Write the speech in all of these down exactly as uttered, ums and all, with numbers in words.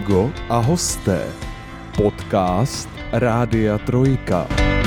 Amigo a hosté. Podcast Rádia Trojka.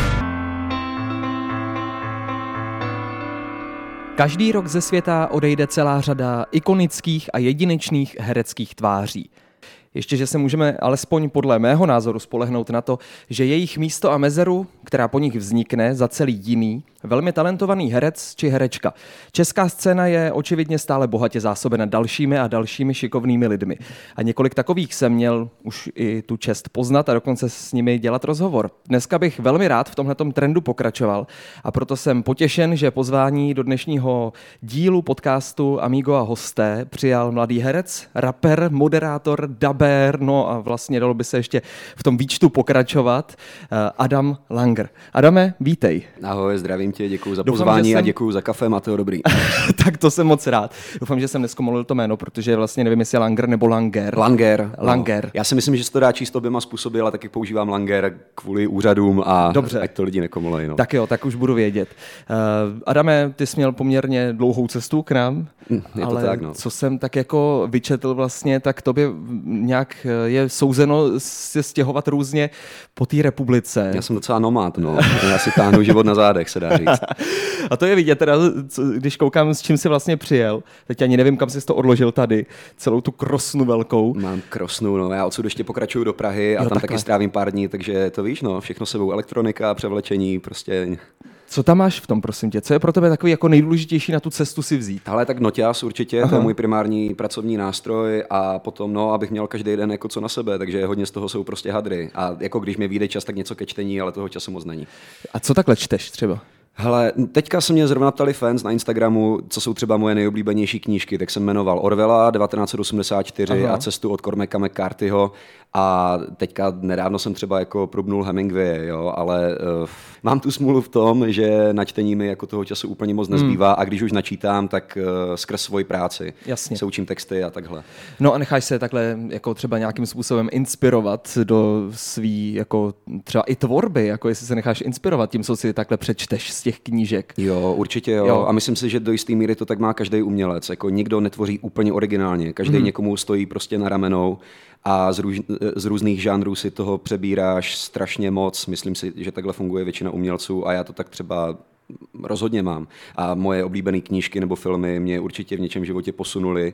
Každý rok ze světa odejde celá řada ikonických a jedinečných hereckých tváří. Ještě, že se můžeme alespoň podle mého názoru spolehnout na to, že jejich místo a mezeru, která po nich vznikne, za celý jiný, velmi talentovaný herec či herečka. Česká scéna je očividně stále bohatě zásobena dalšími a dalšími šikovnými lidmi. A několik takových jsem měl už i tu čest poznat a dokonce s nimi dělat rozhovor. Dneska bych velmi rád v tomhletom trendu pokračoval a proto jsem potěšen, že pozvání do dnešního dílu podcastu Amigo a hosté přijal mladý herec, rapper, moderátor, daber, no a vlastně dalo by se ještě v tom výčtu pokračovat, Adam Langer. Adame, vítej. Ahoj, zdravím tě, děkuji za pozvání jsem... a děkuji za kafe, Mateo, dobrý. Tak to jsem moc rád. Doufám, že jsem neskomolil to jméno, protože vlastně nevím, jestli je Langer nebo Langer. Langer. Langer. No. Já si myslím, že se to dá číst oběma způsoby, ale taky používám Langer kvůli úřadům a dobře, ať to lidi nekomolej. No. Tak jo, tak už budu vědět. Uh, Adame, ty jsi měl poměrně dlouhou cestu k nám, je ale to tak, no. Co jsem tak jako vyčetl vlastně, tak tobě nějak je souzeno se stěhovat různě po té republice. Já jsem docela nomád, no. Já si táhnu život na zádech, se dá říct. A to je vidět teda, když koukám, s čím jsi vlastně přijel. Teď ani nevím, kam jsi to odložil tady. Celou tu krosnu velkou. Mám krosnu, no. Já odsud ještě pokračuju do Prahy a jo, tam takhle. Taky strávím pár dní, takže to víš, no. Všechno sebou, elektronika, převlečení, prostě... Co tam máš v tom, prosím tě? Co je pro tebe takový jako nejdůležitější na tu cestu si vzít? Ale tak noťaz určitě, Aha. to je můj primární pracovní nástroj a potom, no, abych měl každý den jako co na sebe, takže hodně z toho jsou prostě hadry. A jako když mi vyjde čas, tak něco ke čtení, ale toho času moc není. A co takhle čteš třeba? Hele, teďka se mě zrovna ptali fans na Instagramu, co jsou třeba moje nejoblíbenější knížky, tak jsem jmenoval Orwella devatenáct set osmdesát čtyři Aha. a Cestu od Cormaca McCarthyho a teďka nedávno jsem třeba jako probnul Hemingwaye, jo, ale uh, mám tu smůlu v tom, že na čtení mi jako toho času úplně moc nezbývá hmm. a když už načítám, tak uh, skrz svoji práci Jasně. se učím texty a takhle. No a necháš se takhle jako třeba nějakým způsobem inspirovat do svý jako třeba i tvorby, jako jestli se necháš inspirovat tím, co si takhle přečteš z těch knížek. Jo, určitě jo. jo. A myslím si, že do jisté míry to tak má každý umělec. Jako nikdo netvoří úplně originálně. Každý hmm. někomu stojí prostě na ramenou a z, růž, z různých žánrů si toho přebíráš strašně moc. Myslím si, že takhle funguje většina umělců a já to tak třeba rozhodně mám. A moje oblíbené knížky nebo filmy mě určitě v něčem životě posunuly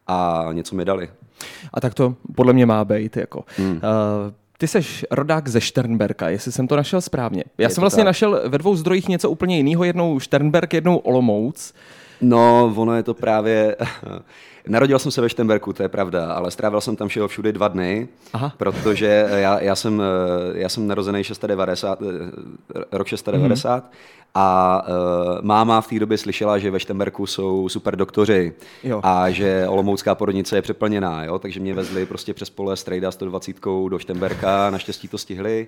a něco mi dali. A tak to podle mě má být. Jako. Hmm. Uh, Ty seš rodák ze Šternberka, jestli jsem to našel správně. Já Je jsem vlastně tak. našel ve dvou zdrojích něco úplně jiného, jednou Šternberk, jednou Olomouc. No, ono je to právě... Narodil jsem se ve Šternberku, to je pravda, ale strávil jsem tam všeho všude dva dny, Aha. protože já, já, jsem, já jsem narozený devadesát šest, rok devadesát šest mm-hmm. a uh, máma v té době slyšela, že ve Šternberku jsou super doktoři jo. a že olomoucká porodnice je přeplněná, jo? Takže mě vezli prostě přes pole strejda sto dvacet do Šternberka, naštěstí to stihli.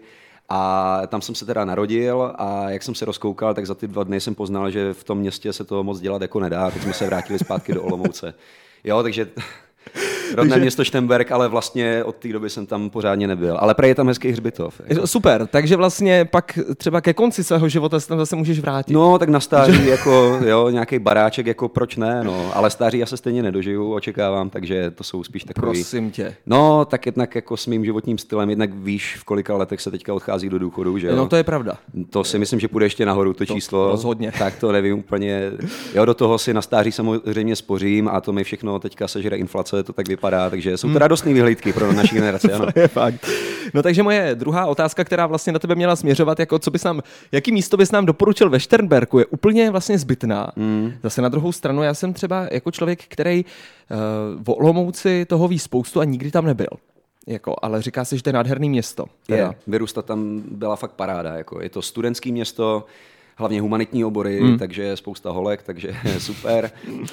A tam jsem se teda narodil a jak jsem se rozkoukal, tak za ty dva dny jsem poznal, že v tom městě se to moc dělat jako nedá. Teď jsme se vrátili zpátky do Olomouce. Jo, takže rodné takže... město Šternberk, ale vlastně od té doby jsem tam pořádně nebyl. Ale prej je tam hezký hřbitov. Jako. Super, takže vlastně pak třeba ke konci svého života se tam zase můžeš vrátit. No, tak na stáří jako jo, nějaký baráček, jako proč ne, no. Ale stáří já se stejně nedožiju, očekávám, takže to jsou spíš takový... Prosím tě. No, tak jednak jako s mým životním stylem, jednak víš, v kolika letech se teďka odchází do důchodu, že jo? No, to je pravda. To si myslím, že půjde ještě nahoru, to, to číslo. Rozhodně. Tak to nevím úplně. Jo, do toho si na stáří samozřejmě spořím a to mi všechno teďka sežere inflace, to tak vypadá. Takže jsou to radostné vyhlídky pro naši generaci. Ano. To je fakt. No takže moje druhá otázka, která vlastně na tebe měla směřovat, jako co bys nám, jaký místo bys nám doporučil ve Šternberku, je úplně vlastně zbytná. Mm. Zase na druhou stranu, já jsem třeba jako člověk, který uh, v Olomouci toho ví spoustu a nikdy tam nebyl. Jako, ale říká se, že to je nádherný město. Teda. Je, vyrůstat tam byla fakt paráda. Jako. Je to studentský město, hlavně humanitní obory, hmm. takže spousta holek, takže super.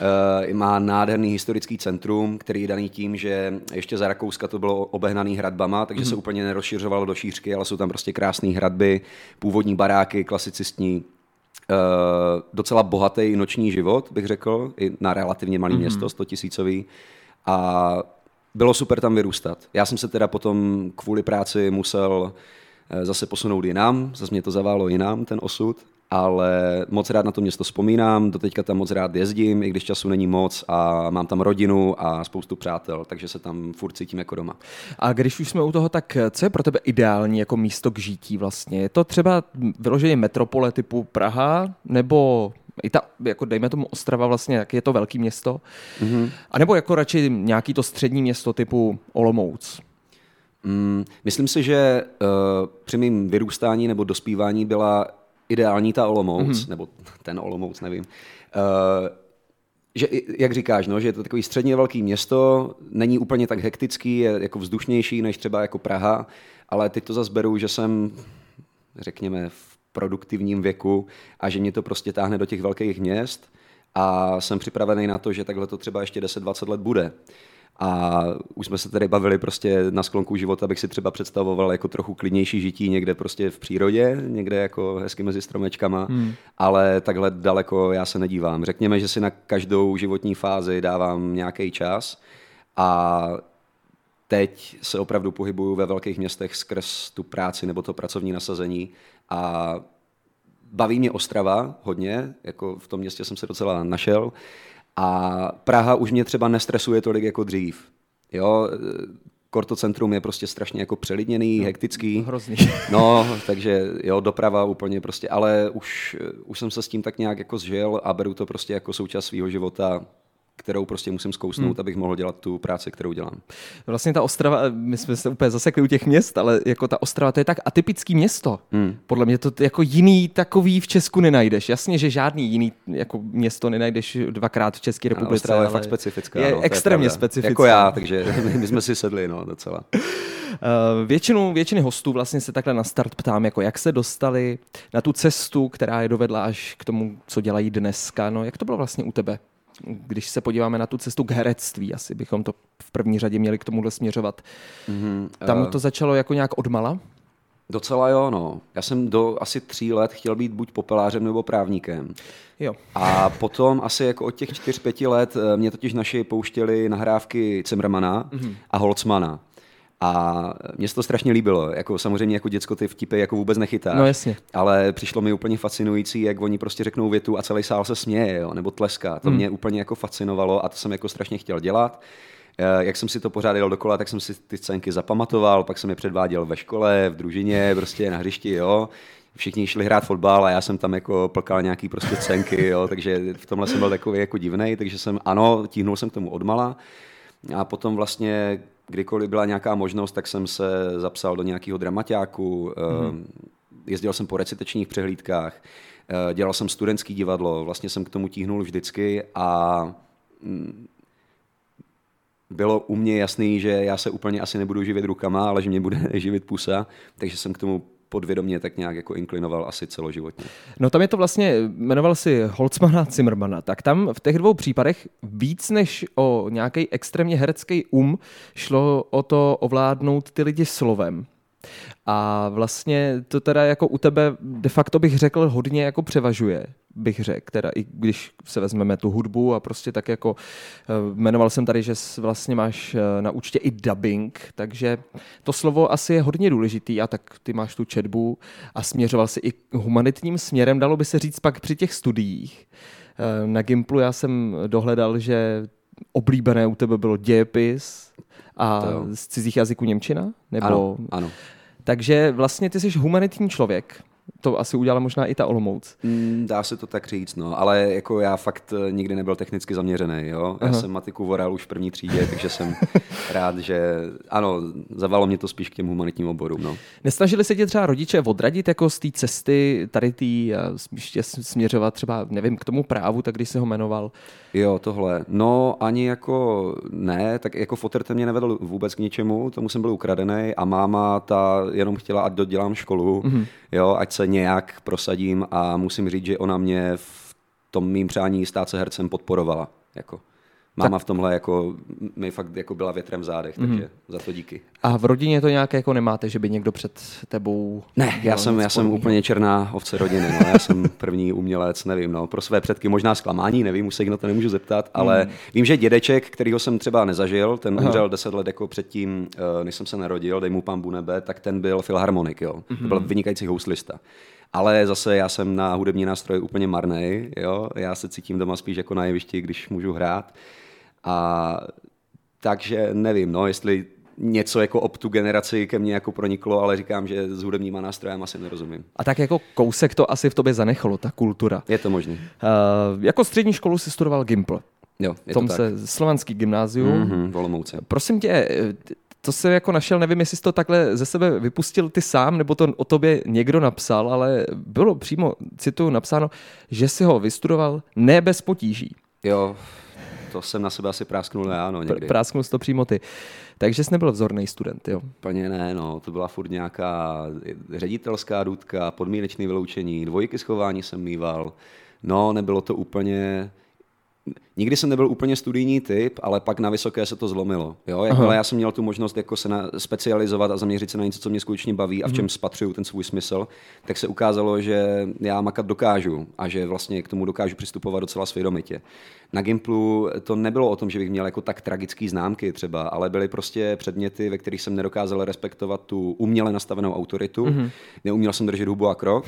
E, má nádherný historický centrum, který je daný tím, že ještě za Rakouska to bylo obehnaný hradbama, takže hmm. se úplně nerozšiřovalo do šířky, ale jsou tam prostě krásné hradby, původní baráky, klasicistní. E, docela bohatý noční život, bych řekl, i na relativně malé hmm. město, stotisícový. A bylo super tam vyrůstat. Já jsem se teda potom kvůli práci musel zase posunout jinam, zase mě to zaválo jinam, ten osud. ale moc rád na to město vzpomínám, doteďka tam moc rád jezdím, i když času není moc a mám tam rodinu a spoustu přátel, takže se tam furt cítím jako doma. A když už jsme u toho, tak co je pro tebe ideální jako místo k žití vlastně? Je to třeba vyloženě metropole typu Praha, nebo i ta, jako dejme tomu Ostrava vlastně, jak je to velký město, mm-hmm. a nebo jako radši nějaký to střední město typu Olomouc? Mm, myslím si, že uh, při mým vyrůstání nebo dospívání byla ideální ta Olomouc, mm-hmm. nebo ten Olomouc, nevím. Uh, že, jak říkáš, no, že je to takový středně velký město, není úplně tak hektický, je jako vzdušnější než třeba jako Praha, ale teď to zase beru, že jsem, řekněme, v produktivním věku a že mě to prostě táhne do těch velkých měst a jsem připravený na to, že takhle to třeba ještě deset dvacet let bude. A už jsme se tady bavili prostě na sklonku života, abych si třeba představoval jako trochu klidnější žití někde prostě v přírodě, někde jako hezky mezi stromečkama, hmm. ale takhle daleko já se nedívám. Řekněme, že si na každou životní fázi dávám nějaký čas a teď se opravdu pohybuju ve velkých městech skrz tu práci nebo to pracovní nasazení a baví mě Ostrava hodně, jako v tom městě jsem se docela našel. A Praha už mě třeba nestresuje tolik jako dřív. Jo, Kortocentrum je prostě strašně jako přelidněný, no, hektický. Hrozný. No, takže jo, doprava úplně prostě, ale už, už jsem se s tím tak nějak jako zžil a beru to prostě jako součást svého života, kterou prostě musím zkousnout, hmm. abych mohl dělat tu práci, kterou dělám. Vlastně ta Ostrava, my jsme se úplně zasekli u těch měst, ale jako ta Ostrava, to je tak atypický město. Hmm. Podle mě to jako jiný takový v Česku nenajdeš. Jasně, že žádný jiný jako město nenajdeš dvakrát v České republice. Ostrava je fakt specifická. Je no, extrémně je specifická. Jako já, takže my jsme si sedli, no, docela. Uh, většinu, většiny hostů vlastně se takhle na start ptám, jako jak se dostali na tu cestu, která je dovedla až k tomu, co dělají dneska. No, jak to bylo vlastně u tebe? Když se podíváme na tu cestu k herectví, asi bychom to v první řadě měli k tomuhle směřovat. Mm-hmm, Tam to začalo jako nějak odmala? Docela jo, no. Já jsem do asi tří let chtěl být buď popelářem nebo právníkem. Jo. A potom asi jako od těch čtyř, pěti let mě totiž naši pouštěli nahrávky Zimmermana mm-hmm. a Holzmana. A mně se to strašně líbilo. Jako, samozřejmě jako děcko ty vtipy jako vůbec nechytáš. No jasně. Ale přišlo mi úplně fascinující, jak oni prostě řeknou větu a celý sál se směje, jo, nebo tleská. To mm. mě úplně jako fascinovalo a to jsem jako strašně chtěl dělat. Jak jsem si to pořád jel dokola, tak jsem si ty scénky zapamatoval, pak jsem je předváděl ve škole, v družině, prostě na hřišti, jo. Všichni šli hrát fotbal a já jsem tam jako plkal nějaký prostě scénky, jo, takže v tomhle jsem byl takový jako divnej, takže jsem, ano, tíhnul jsem k tomu odmala a potom vlastně kdykoliv byla nějaká možnost, tak jsem se zapsal do nějakého dramaťáku, mm. jezdil jsem po recitačních přehlídkách, dělal jsem studentský divadlo, vlastně jsem k tomu tíhnul vždycky a bylo u mě jasný, že já se úplně asi nebudu živit rukama, ale že mě bude živit pusa, takže jsem k tomu podvědomě tak nějak jako inklinoval asi celoživotně. No tam je to vlastně, jmenoval si Holzmana a Zimmermana, tak tam v těch dvou případech víc než o nějaký extrémně herecký um šlo o to ovládnout ty lidi slovem. A vlastně to teda jako u tebe de facto bych řekl hodně jako převažuje, bych řekl, teda i když se vezmeme tu hudbu a prostě tak jako jmenoval jsem tady, že vlastně máš na účtě i dubbing, takže to slovo asi je hodně důležitý a tak ty máš tu četbu a směřoval si i humanitním směrem, dalo by se říct pak při těch studiích. Na Gimplu já jsem dohledal, že oblíbené u tebe bylo dějepis a z cizích jazyků němčina? Nebo... Ano, ano. Takže vlastně ty jsi humanitní člověk. To asi udělala možná i ta Olomouc. Mm, dá se to tak říct, no, ale jako já fakt nikdy nebyl technicky zaměřený, jo. Já Aha. jsem matiku voral už v první třídě, takže jsem rád, že ano, zavalo mě to spíš k těm humanitním oborům, no. Nesnažili se tě třeba rodiče odradit jako z té cesty tady tý a spíš tě směřovat třeba, nevím, k tomu právu, tak když jsi ho jmenoval? Jo, tohle. No ani jako ne, tak jako fotr ten mě nevedl vůbec k ničemu, tomu jsem byl ukradený a máma ta jenom chtěla, ať dodělám školu, mm-hmm. jo, ať se nějak prosadím a musím říct, že ona mě v tom mým přání stát se hercem podporovala. Jako. Máma v tomhle jako, mi fakt jako byla větrem v zádech, takže mm. za to díky. A v rodině to nějak jako nemáte, že by někdo před tebou... Ne, já jsem, já jsem úplně černá ovce rodiny, no. Já jsem první umělec, nevím, no. Pro své předky možná zklamání, nevím, už se jich na to nemůžu zeptat, ale mm. vím, že dědeček, kterýho jsem třeba nezažil, ten umřel deset let jako předtím, než jsem se narodil, dej mu pambu nebe, tak ten byl filharmonik, jo. Mm-hmm. To byl vynikající houslista. Ale zase já jsem na hudební nástroje úplně marnej, jo, já se cítím doma spíš jako na jevišti, když můžu hrát. A takže nevím, no, jestli něco jako ob tu generaci ke mně jako proniklo, ale říkám, že s hudebníma nástrojem asi nerozumím. A tak jako kousek to asi v tobě zanechalo, ta kultura. Je to možný. Uh, jako střední školu si studoval Gimpl. Jo, je tom to tak. se slovanský gymnázium. Mm-hmm, v Olomouci. Prosím tě, to se jako našel, nevím, jestli jsi to takhle ze sebe vypustil ty sám, nebo to o tobě někdo napsal, ale bylo přímo, cituju, napsáno, že si ho vystudoval ne bez potíží. Jo, to jsem na sebe asi prásknul já, no, někdy. Pr- prásknul jsi to přímo ty. Takže jsi nebyl vzorný student, jo? Úplně ne, no, to byla furt nějaká ředitelská důtka, podmínečné vyloučení, dvojky schování jsem mýval. No, nebylo to úplně... Nikdy jsem nebyl úplně studijní typ, ale pak na vysoké se to zlomilo. Jo? Jakmile já jsem měl tu možnost jako se na, specializovat a zaměřit se na něco, co mě skutečně baví a v čem spatřuju ten svůj smysl, tak se ukázalo, že já makat dokážu a že vlastně k tomu dokážu přistupovat docela svědomitě. Na Gimplu to nebylo o tom, že bych měl jako tak tragický známky třeba, ale byly prostě předměty, ve kterých jsem nedokázal respektovat tu uměle nastavenou autoritu. Mm-hmm. Neuměl jsem držet hubu a krok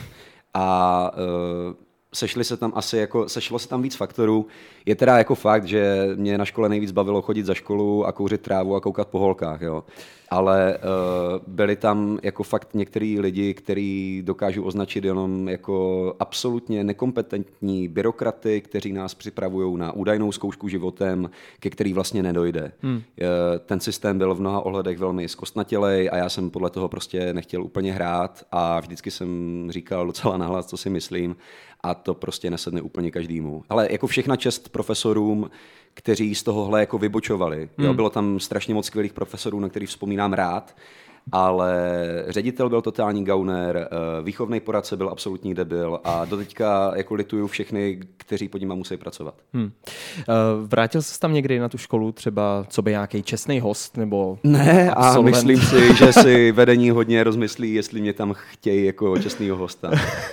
a uh, sešli se tam asi jako, sešlo se tam víc faktorů. Je teda jako fakt, že mě na škole nejvíc bavilo chodit za školu a kouřit trávu a koukat po holkách, jo. Ale uh, byli tam jako fakt některý lidi, kteří dokážou označit jenom jako absolutně nekompetentní byrokraty, kteří nás připravují na údajnou zkoušku životem, ke který vlastně nedojde. Hmm. Ten systém byl v mnoha ohledech velmi zkostnatělej a já jsem podle toho prostě nechtěl úplně hrát a vždycky jsem říkal docela nahlas, co si myslím, a to prostě nesedne úplně každému. Ale jako všechna čest profesorům, kteří z tohohle jako vybočovali. Hmm. Jo, bylo tam strašně moc skvělých profesorů, na který vzpomínám rád, ale ředitel byl totální gauner, výchovný poradce byl absolutní debil a doteďka jako lituju všechny, kteří pod nima musí pracovat. Hmm. Vrátil jsi tam někdy na tu školu třeba, co by nějaký čestný host nebo Ne, absolvent? A myslím si, že si vedení hodně rozmyslí, jestli mě tam chtějí jako čestnýho hosta.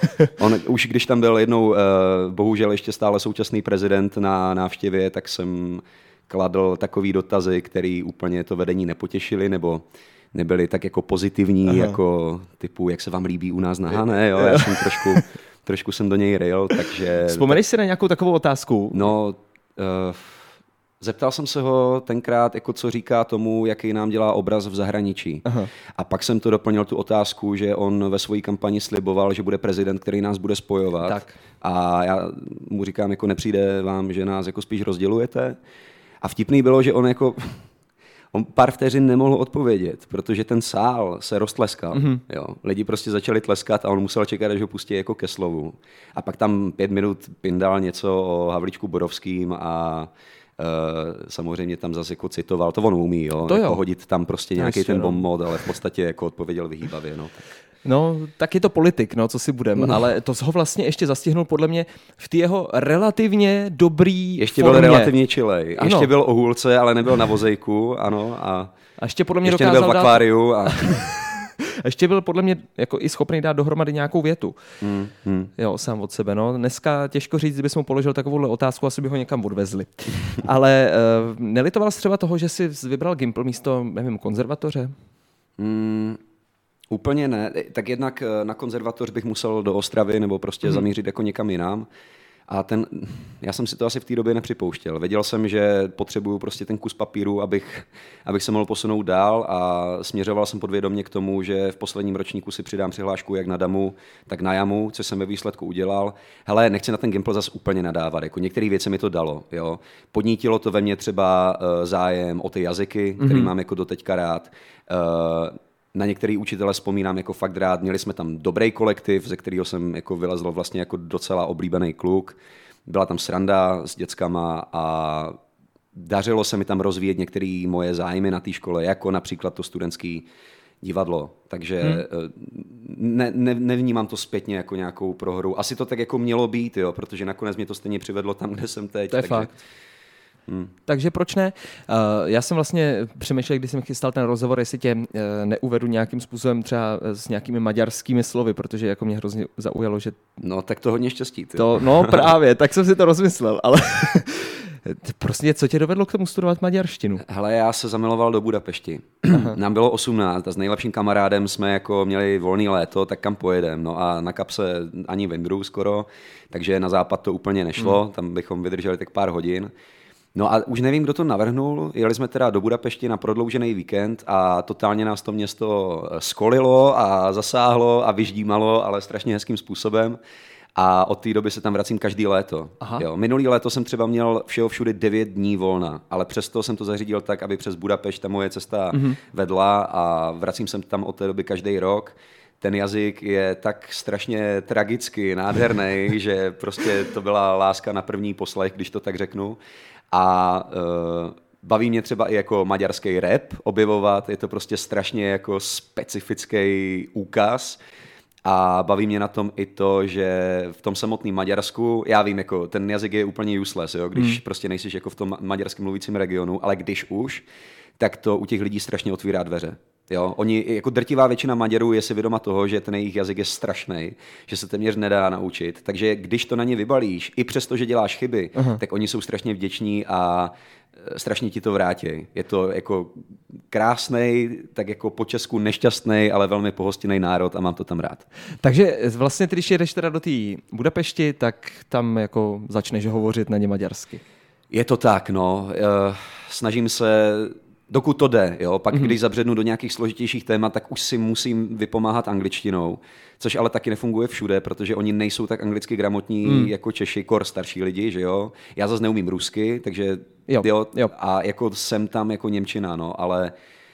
On už když tam byl jednou, bohužel ještě stále současný prezident na návštěvě, tak jsem kladl takový dotazy, který úplně to vedení nepotěšili, nebo nebyli tak jako pozitivní, Aha. jako typu, jak se vám líbí u nás na Hané, jo, já jsem trošku, trošku jsem do něj rejl, takže... Vzpomeneš si na nějakou takovou otázku? No, uh, zeptal jsem se ho tenkrát, jako co říká tomu, jaký nám dělá obraz v zahraničí. Aha. A pak jsem to doplnil tu otázku, že on ve své kampani sliboval, že bude prezident, který nás bude spojovat. Tak. A já mu říkám, jako nepřijde vám, že nás jako spíš rozdělujete. A vtipný bylo, že on jako... On pár vteřin nemohl odpovědět, protože ten sál se roztleskal. Mm-hmm. Jo. Lidi prostě začali tleskat a on musel čekat, až ho pustí jako ke slovu. A pak tam pět minut pindal něco o Havlíčku Borovským a uh, samozřejmě tam zase jako citoval. To on umí, jo. To jako jo. hodit tam prostě nějaký ten bombmod, ale v podstatě jako odpověděl vyhýbavě. No. No, tak je to politik, no, co si budem, no. Ale to ho vlastně ještě zastihnul podle mě v té jeho relativně dobrý Ještě formě. byl relativně chilej. Ano. Ještě byl o hůlce, ale nebyl na vozejku, ano. A, a ještě podle mě ještě dokázal nebyl v akváriu. Dát... A... a ještě byl podle mě jako i schopný dát dohromady nějakou větu. Hmm, hmm. Jo, sám od sebe, no. Dneska těžko říct, kdybys mu položil takovouhle otázku, asi by ho někam odvezli. Ale uh, nelitoval jsi třeba toho, že jsi vybral Gimpl místo, nevím, konzervatoře? Hmm. Úplně ne. Tak jednak na konzervatoř bych musel do Ostravy nebo prostě hmm. zamířit jako někam jinam. A ten, já jsem si to asi v té době nepřipouštěl. Věděl jsem, že potřebuju prostě ten kus papíru, abych, abych se mohl posunout dál a směřoval jsem podvědomě k tomu, že v posledním ročníku si přidám přihlášku jak na damu, tak na jamu, co jsem ve výsledku udělal. Hele, nechci na ten Gimpl zase úplně nadávat. Jako některé věci mi to dalo. Jo. Podnítilo to ve mně třeba uh, zájem o ty jazyky, který mm-hmm. mám jako doteďka rád. Uh, Na některý učitele vzpomínám jako fakt rád. Měli jsme tam dobrý kolektiv, ze kterého jsem jako vylezl vlastně jako docela oblíbený kluk. Byla tam sranda s dětskama a dařilo se mi tam rozvíjet některé moje zájmy na té škole, jako například to studentské divadlo. Takže hmm. ne, ne, nevnímám to zpětně jako nějakou prohru. Asi to tak jako mělo být, jo, protože nakonec mě to stejně přivedlo tam, kde jsem teď. To je takže... fakt. Hmm. Takže proč ne? Uh, já jsem vlastně přemýšlel, když jsem chystal ten rozhovor, jestli tě uh, neuvedu nějakým způsobem třeba s nějakými maďarskými slovy, protože jako mě hrozně zaujalo, že... No, tak to hodně štěstí. Ty. To, no právě, tak jsem si to rozmyslel, ale... Prostě, co tě dovedlo k tomu studovat maďarštinu? Hele, já se zamiloval do Budapešti. Nám bylo osmnáct a s nejlepším kamarádem jsme jako měli volný léto, tak kam pojedem. No a na kapse ani vendrů skoro, takže na západ to úplně nešlo, hmm. tam bychom vydrželi tak pár hodin. No a už nevím, kdo to navrhnul, jeli jsme teda do Budapešti na prodloužený víkend a totálně nás to město skolilo a zasáhlo a vyždímalo, ale strašně hezkým způsobem. A od té doby se tam vracím každý léto. Jo, minulý léto jsem třeba měl všeho všude devět dní volna, ale přesto jsem to zařídil tak, aby přes Budapešť ta moje cesta mm-hmm. vedla a vracím se tam od té doby každý rok. Ten jazyk je tak strašně tragicky nádherný, že prostě to byla láska na první poslech, když to tak řeknu. A uh, baví mě třeba i jako maďarský rap objevovat, je to prostě strašně jako specifický úkaz. A baví mě na tom i to, že v tom samotném Maďarsku, já vím, jako ten jazyk je úplně useless, jo, když hmm. prostě nejsi jako v tom maďarském mluvícím regionu, ale když už, tak to u těch lidí strašně otvírá dveře. Jo, oni, jako drtivá většina Maďarů je si vědoma toho, že ten jejich jazyk je strašný, že se téměř nedá naučit, takže když to na ně vybalíš, i přesto, že děláš chyby, Aha. tak oni jsou strašně vděční a strašně ti to vrátí. Je to jako krásnej, tak jako po Česku nešťastný, ale velmi pohostinný národ a mám to tam rád. Takže vlastně, když jedeš teda do té Budapešti, tak tam jako začneš hovořit na ně maďarsky. Je to tak, no. Snažím se, dokud to jde, jo. Pak, mm-hmm. když zabřednu do nějakých složitějších témat, tak už si musím vypomáhat angličtinou, což ale taky nefunguje všude, protože oni nejsou tak anglicky gramotní mm. jako Češi, kor starší lidi, že jo. Já zase neumím rusky, takže jo, jo, jo. A jako jsem tam jako němčina, no, ale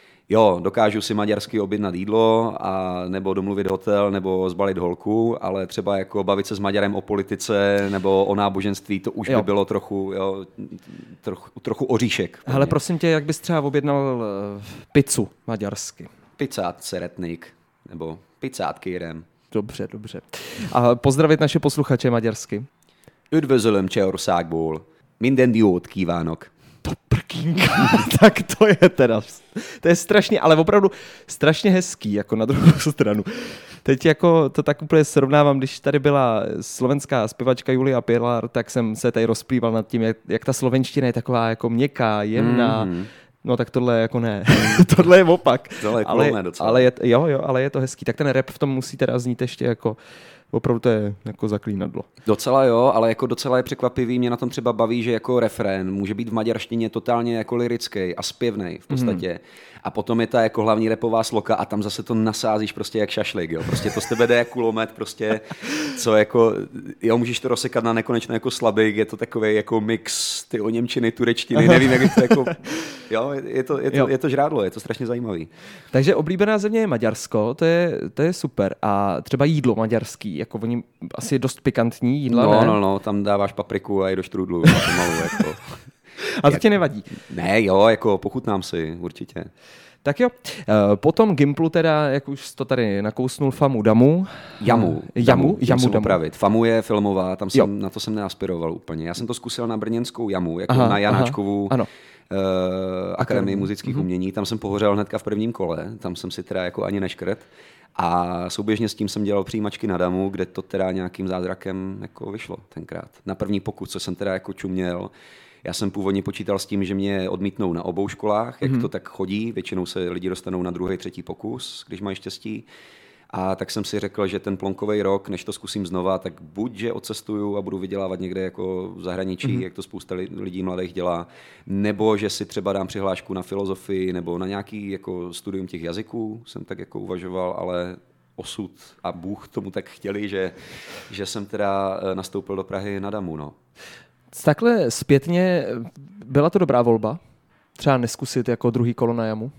jo, dokážu si maďarsky objednat jídlo a nebo domluvit hotel, nebo zbalit holku, ale třeba jako bavit se s Maďarem o politice nebo o náboženství, to už jo. by bylo trochu, jo, trochu, trochu oříšek. Ale prosím tě, jak bys třeba objednal pizzu maďarsky? Pizzát szeretnék, nebo pizzát kérem. Dobře, dobře. A pozdravit naše posluchače maďarsky. Üdvözölöm Csehországból. Minden jót kívánok. To prkínka, tak to je teda, to je strašně, ale opravdu strašně hezký, jako na druhou stranu. Teď jako to tak úplně srovnávám, když tady byla slovenská zpěvačka Julia Pilar, tak jsem se tady rozplýval nad tím, jak, jak ta slovenština je taková jako měkká, jemná. Mm-hmm. No tak tohle jako ne, tohle je opak. Tohle je ale, docela. Ale je, jo, jo, ale je to hezký. Tak ten rap v tom musí teda znít ještě jako, opravdu to je jako zaklínadlo. Docela jo, ale jako docela je překvapivý, mě na tom třeba baví, že jako refrén může být v maďarštině totálně jako lyrický a zpěvnej v podstatě. Mm. A potom je ta jako hlavní rapová sloka a tam zase to nasázíš prostě jak šašlik, jo. Prostě to z tebe jde jak kulomet, prostě, co jako, jo, můžeš to rozsekat na nekonečné jako slabik, je to takový jako mix ty o němčiny, turečtiny, nevím, jak to jako, jo, je to, je to, je to žrádlo, je to strašně zajímavý. Takže oblíbená země je Maďarsko, to je, to je super. A třeba jídlo maďarský, jako oni asi dost pikantní jídla, no, ne? No, no, tam dáváš papriku a i do štrudlu, pomalu, jako. A to ti nevadí? Ne, jo, jako pochutnám si, určitě. Tak jo, potom Gimplu teda, jak už to tady nakousnul, Famu Damu. Jamu. Jamu, Jamu Damu. Opravit. Famu je filmová, tam jsem, na to jsem neaspiroval úplně. Já jsem to zkusil na brněnskou Jamu, jako aha, na Janáčkovu aha, uh, Akademii muzických uh-huh. umění. Tam jsem pohořel hnedka v prvním kole, tam jsem si teda jako ani neškrt. A souběžně s tím jsem dělal přijímačky na Damu, kde to teda nějakým zázrakem jako vyšlo tenkrát. Na první pokus, co jsem teda jako čuměl. Já jsem původně počítal s tím, že mě odmítnou na obou školách, jak mm-hmm. to tak chodí. Většinou se lidi dostanou na druhý, třetí pokus, když mají štěstí. A tak jsem si řekl, že ten plonkový rok, než to zkusím znova, tak buď, že odcestuju a budu vydělávat někde jako v zahraničí, mm-hmm. jak to spousta lidí mladých dělá, nebo že si třeba dám přihlášku na filozofii nebo na nějaký jako studium těch jazyků, jsem tak jako uvažoval, ale osud a Bůh tomu tak chtěli, že, že jsem teda nastoupil do Prahy na Damu, no. Takhle zpětně byla to dobrá volba? Třeba neskusit jako druhý kolo na Jamu?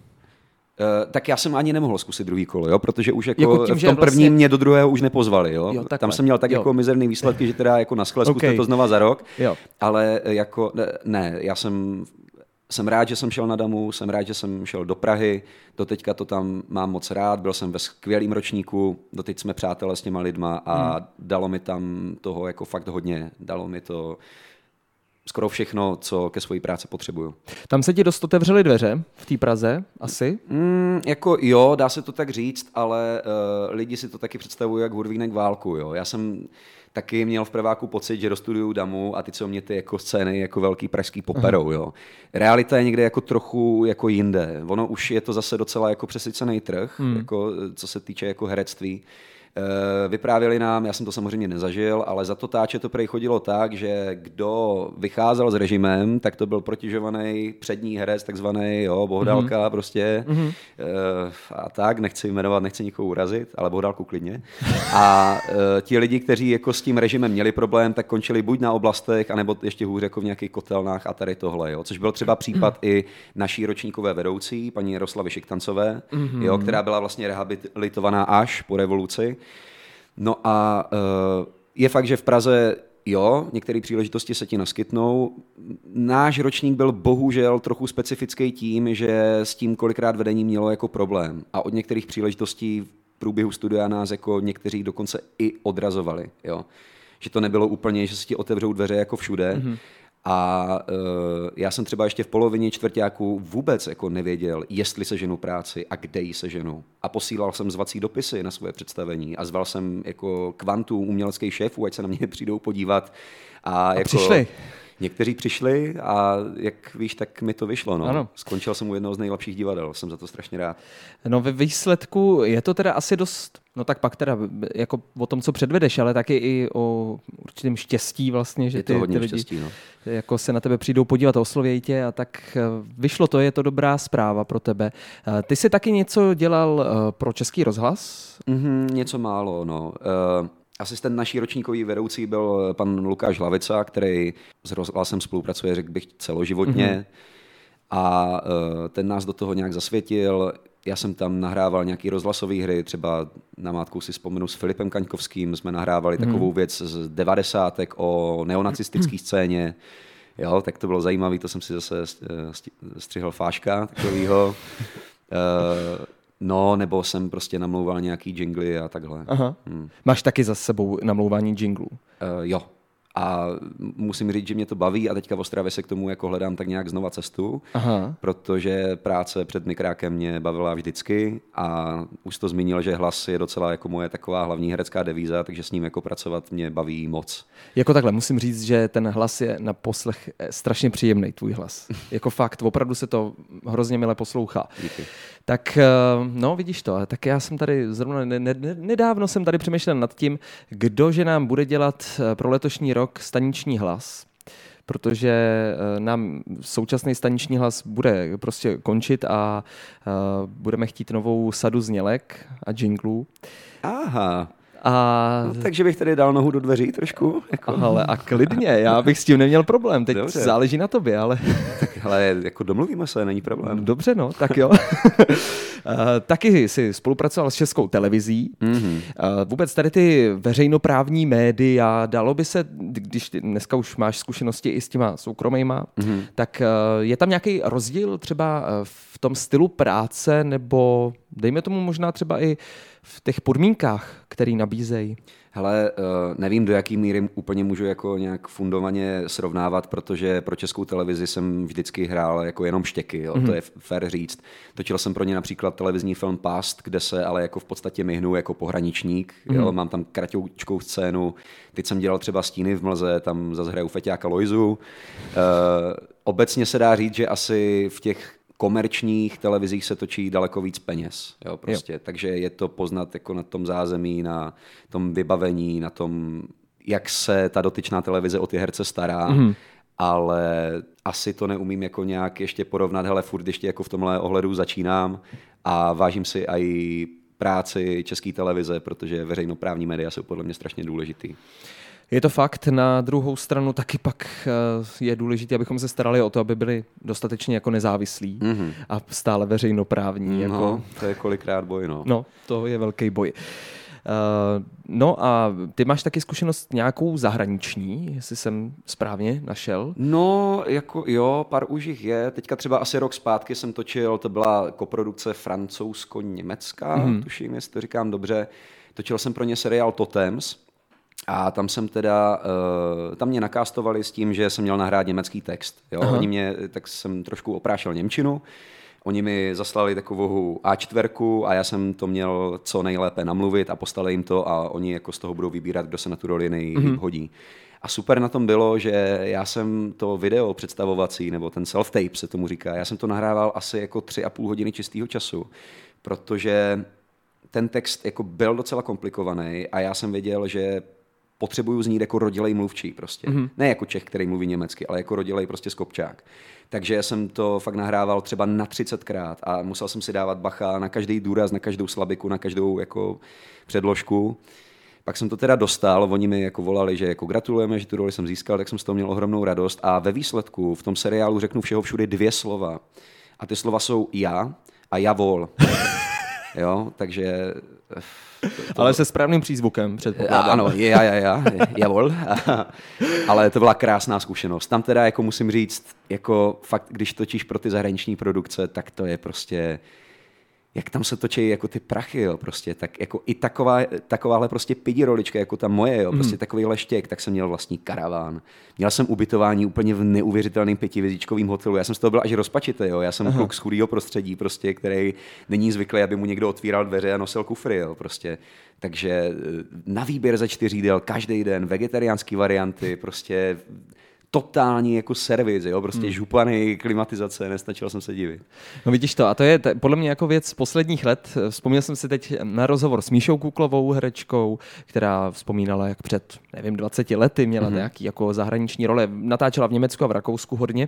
Uh, tak já jsem ani nemohl zkusit druhý kolo, jo, protože už jako, jako tím, v tom prvním vlastně... mě do druhého už nepozvali. Jo? Jo, tam jsem měl tak jo. jako mizerný výsledky, že teda jako na skle zkuste okay. to znova za rok, jo. ale jako ne, já jsem, jsem rád, že jsem šel na Damu, jsem rád, že jsem šel do Prahy, doteďka to tam mám moc rád, byl jsem ve skvělým ročníku, doteď jsme přátelé s těma lidma a hmm. dalo mi tam toho jako fakt hodně, dalo mi to skoro všechno, co ke své práci potřebuju. Tam se ti dost otevřely dveře v té Praze, asi? Mm, jako jo, dá se to tak říct, ale uh, lidi si to taky představují jak hurvínek válku. Jo. Já jsem taky měl v prváku pocit, že dostuduju Damu a ty, co mě ty jako scény jako velký pražský poperou. Jo. Realita je někde jako trochu jako jinde. Ono už je to zase docela jako přesycený trh, hmm. jako, co se týče jako herectví. Vyprávěli nám, já jsem to samozřejmě nezažil, ale za to táče to prej chodilo tak, že kdo vycházel s režimem, tak to byl protěžovaný přední herec, takzvaný, jo, Bohdálka mm-hmm. prostě mm-hmm. a tak, nechci jmenovat, nechci nikoho urazit, ale Bohdálku klidně. A ti lidi, kteří jako s tím režimem měli problém, tak končili buď na oblastech, anebo ještě hůř jako v nějakých kotelnách a tady tohle, jo, což byl třeba případ mm-hmm. i naší ročníkové vedoucí, paní Jaroslavy Šiktancové, mm-hmm. jo, která byla vlastně rehabilitovaná až po revoluci. No a uh, je fakt, že v Praze, jo, některé příležitosti se ti naskytnou. Náš ročník byl bohužel trochu specifický tím, že s tím kolikrát vedení mělo jako problém. A od některých příležitostí v průběhu studia nás jako někteří dokonce i odrazovali. Jo. Že to nebylo úplně, že se ti otevřou dveře jako všude. Mm-hmm. A uh, já jsem třeba ještě v polovině čtvrťáku vůbec jako nevěděl, jestli se ženu práci a kde ji se ženu. A posílal jsem zvací dopisy na svoje představení a zval jsem jako kvantum uměleckých šéfů, ať se na mě přijdou podívat. A, a jako, přišli. Někteří přišli a jak víš, tak mi to vyšlo. No. Skončil jsem u jednoho z nejlepších divadel, jsem za to strašně rád. No ve výsledku je to teda asi dost, no tak pak teda jako o tom, co předvedeš, ale taky i o určitém štěstí vlastně, že je to ty, hodně ty lidi štěstí, no. jako se na tebe přijdou podívat, oslovějí tě a tak vyšlo to, je to dobrá zpráva pro tebe. Ty jsi taky něco dělal pro Český rozhlas? Mm-hmm, něco málo, no. Uh... Asistent naší ročníkový vedoucí byl pan Lukáš Hlavica, který s rozhlasem spolupracuje, řekl bych, celoživotně. Mm-hmm. A uh, ten nás do toho nějak zasvětil. Já jsem tam nahrával nějaký rozhlasové hry, třeba na mátku si vzpomenu s Filipem Kaňkovským, jsme nahrávali mm-hmm. takovou věc z devadesátek o neonacistické scéně. Jo, tak to bylo zajímavé, to jsem si zase střihl fáška takovýho. uh, No, nebo jsem prostě namlouval nějaký jingly a takhle. Aha. Hmm. Máš taky za sebou namlouvání jinglů? Uh, jo. A musím říct, že mě to baví a teďka v Ostravě se k tomu jako hledám tak nějak znova cestu, Aha. protože práce před mikrákem mě bavila vždycky a už to zmínil, že hlas je docela jako moje taková hlavní herecká devíza, takže s ním jako pracovat mě baví moc. Jako takhle, musím říct, že ten hlas je na poslech strašně příjemný, tvůj hlas. Jako fakt, opravdu se to hrozně mile poslouchá. Díky. Tak no, vidíš to, tak já jsem tady zrovna ne, ne, nedávno jsem tady přemýšlel nad tím, kdo že nám bude dělat pro letošní rok staniční hlas, protože nám současný staniční hlas bude prostě končit a uh, budeme chtít novou sadu znělek a jinglů. Aha. A... No, takže bych tady dal nohu do dveří trošku. Jako. Ale a klidně, já bych s tím neměl problém, teď Dobře. záleží na tobě, ale... Tak ale jako domluvíme se, není problém. Dobře, no, tak jo. Taky jsi spolupracoval s Českou televizí. Mm-hmm. Vůbec tady ty veřejnoprávní média, dalo by se, když ty dneska už máš zkušenosti i s těma soukromejma, mm-hmm. tak je tam nějaký rozdíl třeba v tom stylu práce, nebo dejme tomu možná třeba i v těch podmínkách, které nabízejí? Hele, nevím, do jaký míry úplně můžu jako nějak fundovaně srovnávat, protože pro Českou televizi jsem vždycky hrál jako jenom štěky, jo? Mm-hmm. To je fér říct. Točil jsem pro ně například televizní film Past, kde se ale jako v podstatě myhnu jako pohraničník, mm-hmm. jo? Mám tam kratoučkou scénu, teď jsem dělal třeba Stíny v mlze, tam zase hraju feťáka Lojzu. E, obecně se dá říct, že asi v těch komerčních televizích se točí daleko víc peněz. Jo, prostě. Jo. Takže je to poznat jako na tom zázemí, na tom vybavení, na tom, jak se ta dotyčná televize o ty herce stará, mm-hmm. ale asi to neumím jako nějak ještě porovnat. Hele, furt ještě jako v tomhle ohledu začínám a vážím si i práci České televize, protože veřejnoprávní média jsou podle mě strašně důležitý. Je to fakt, na druhou stranu taky pak je důležité, abychom se starali o to, aby byli dostatečně jako nezávislí mm-hmm. a stále veřejnoprávní. Jako... No, to je kolikrát boj, no. No, to je velký boj. Uh, no a ty máš taky zkušenost nějakou zahraniční, jestli jsem správně našel? No, jako jo, pár už jich je. Teďka třeba asi rok zpátky jsem točil, to byla koprodukce francouzsko-německá, mm-hmm. tuším, jestli to říkám dobře. Točil jsem pro ně seriál Totems. A tam jsem teda, uh, tam mě nakástovali s tím, že jsem měl nahrát německý text. Jo? Oni mě, tak jsem trošku oprášel němčinu. Oni mi zaslali takovou á čtyři a já jsem to měl co nejlépe namluvit a poslali jim to a oni jako z toho budou vybírat, kdo se na tu roli nejhodí. Mm-hmm. A super na tom bylo, že já jsem to video představovací, nebo ten self-tape se tomu říká, já jsem to nahrával asi jako tři a půl hodiny čistého času, protože ten text jako byl docela komplikovaný a já jsem věděl, že potřebuju znít jako rodilej mluvčí prostě. Mm-hmm. Ne jako Čech, který mluví německy, ale jako rodilej prostě skopčák. Takže jsem to fakt nahrával třeba na třicetkrát a musel jsem si dávat bacha na každý důraz, na každou slabiku, na každou jako předložku. Pak jsem to teda dostal, oni mi jako volali, že jako gratulujeme, že tu roli jsem získal, tak jsem z toho měl ohromnou radost a ve výsledku v tom seriálu řeknu všeho všude dvě slova. A ty slova jsou já a javol. Jo, takže... To... Ale se správným přízvukem, předpokládám. Ano, já, já, já, javol. Ale to byla krásná zkušenost. Tam teda, jako musím říct, jako fakt, když točíš pro ty zahraniční produkce, tak to je prostě... Jak tam se točí jako ty prachy, jo, prostě, tak jako i taková, takováhle prostě pidi rolička, jako ta moje, jo, prostě mm. takový leštěk, tak jsem měl vlastní karaván. Měl jsem ubytování úplně v neuvěřitelným pětivězdičkovým hotelu, já jsem z toho byl až rozpačitý, jo, já jsem Aha. kluk z chudýho prostředí, prostě, který není zvyklý, aby mu někdo otvíral dveře a nosil kufry, jo, prostě. Takže na výběr za čtyři jídel každý den, vegetariánský varianty, prostě... totální jako servis, jo, prostě hmm. župany, klimatizace, nestačil jsem se divit. No vidíš to, a to je t- podle mě jako věc z posledních let. Vzpomněl jsem si teď na rozhovor s Míšou Kuklovou, herečkou, která vzpomínala, jak před, nevím, dvaceti lety měla hmm. nějaký jako zahraniční role, natáčela v Německu a v Rakousku hodně.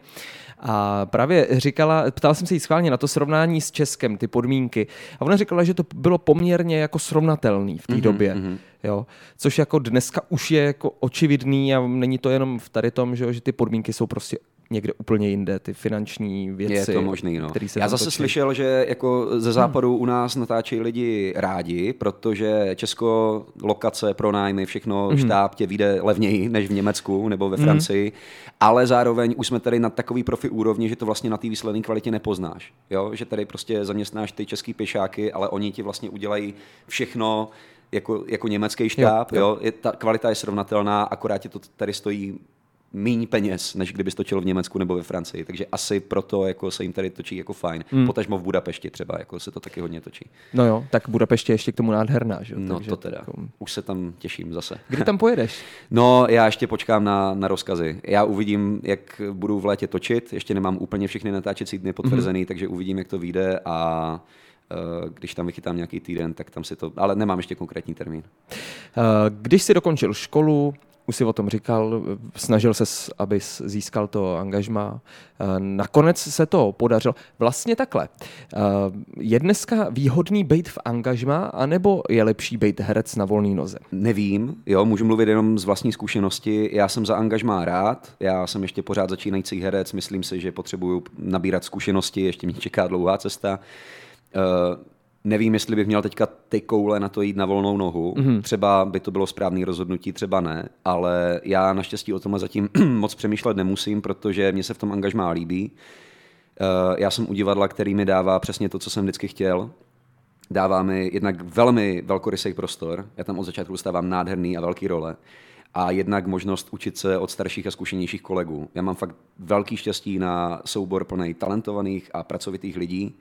A právě říkala, ptal jsem se jí schválně na to srovnání s Českem, ty podmínky. A ona říkala, že to bylo poměrně jako srovnatelný v té hmm. době. Hmm. Jo, což jako dneska už je jako očividný a není to jenom v tady tom, že, že ty podmínky jsou prostě někde úplně jinde, ty finanční věci. Je to možný, no. Se Já zase točí. Slyšel, že jako ze západu hmm. u nás natáčejí lidi rádi, protože Česko, lokace, pronájmy, všechno, hmm. štáb tě vyjde levněji než v Německu nebo ve Francii, hmm. ale zároveň už jsme tady na takový profi úrovni, že to vlastně na té výsledné kvalitě nepoznáš. Jo? Že tady prostě zaměstnáš ty český pěšáky, ale oni ti vlastně udělají všechno jako, jako německý štáb. Jo, jo. Jo? Je, ta kvalita je srovnatelná, akorát ti to tady stojí míň peněz, než kdyby točil v Německu nebo ve Francii. Takže asi proto jako se jim tady točí jako fajn. Mm. Potažmo v Budapešti třeba, jako se to taky hodně točí. No jo, tak Budapešť je ještě k tomu nádherná, že? No takže to teda. Jako... Už se tam těším zase. Kdy tam pojedeš? No, já ještě počkám na, na rozkazy. Já uvidím, jak budu v létě točit. Ještě nemám úplně všechny natáčecí dny potvrzený, mm. takže uvidím, jak to vyjde a když tam vychytám nějaký týden, tak tam si to... Ale nemám ještě konkrétní termín. Když jsi dokončil školu, už jsi o tom říkal, snažil ses, abys získal to angažmá. Nakonec se to podařilo. Vlastně takhle. Je dneska výhodný bejt v angažmá, anebo je lepší bejt herec na volný noze? Nevím, jo, můžu mluvit jenom z vlastní zkušenosti. Já jsem za angažmá rád, já jsem ještě pořád začínající herec, myslím si, že potřebuju nabírat zkušenosti, ještě mě čeká dlouhá cesta. Uh, nevím, jestli bych měl teďka ty koule na to jít na volnou nohu. Mm-hmm. Třeba by to bylo správné rozhodnutí, třeba ne, ale já naštěstí o tomhle zatím moc přemýšlet nemusím, protože mě se v tom angažmá líbí. Uh, já jsem u divadla, který mi dává přesně to, co jsem vždycky chtěl. Dává mi jednak velmi velkorysý prostor. Já tam od začátku dostávám nádherný a velký role. A jednak možnost učit se od starších a zkušenějších kolegů. Já mám fakt velký štěstí na soubor plný talentovaných a pracovitých lidí.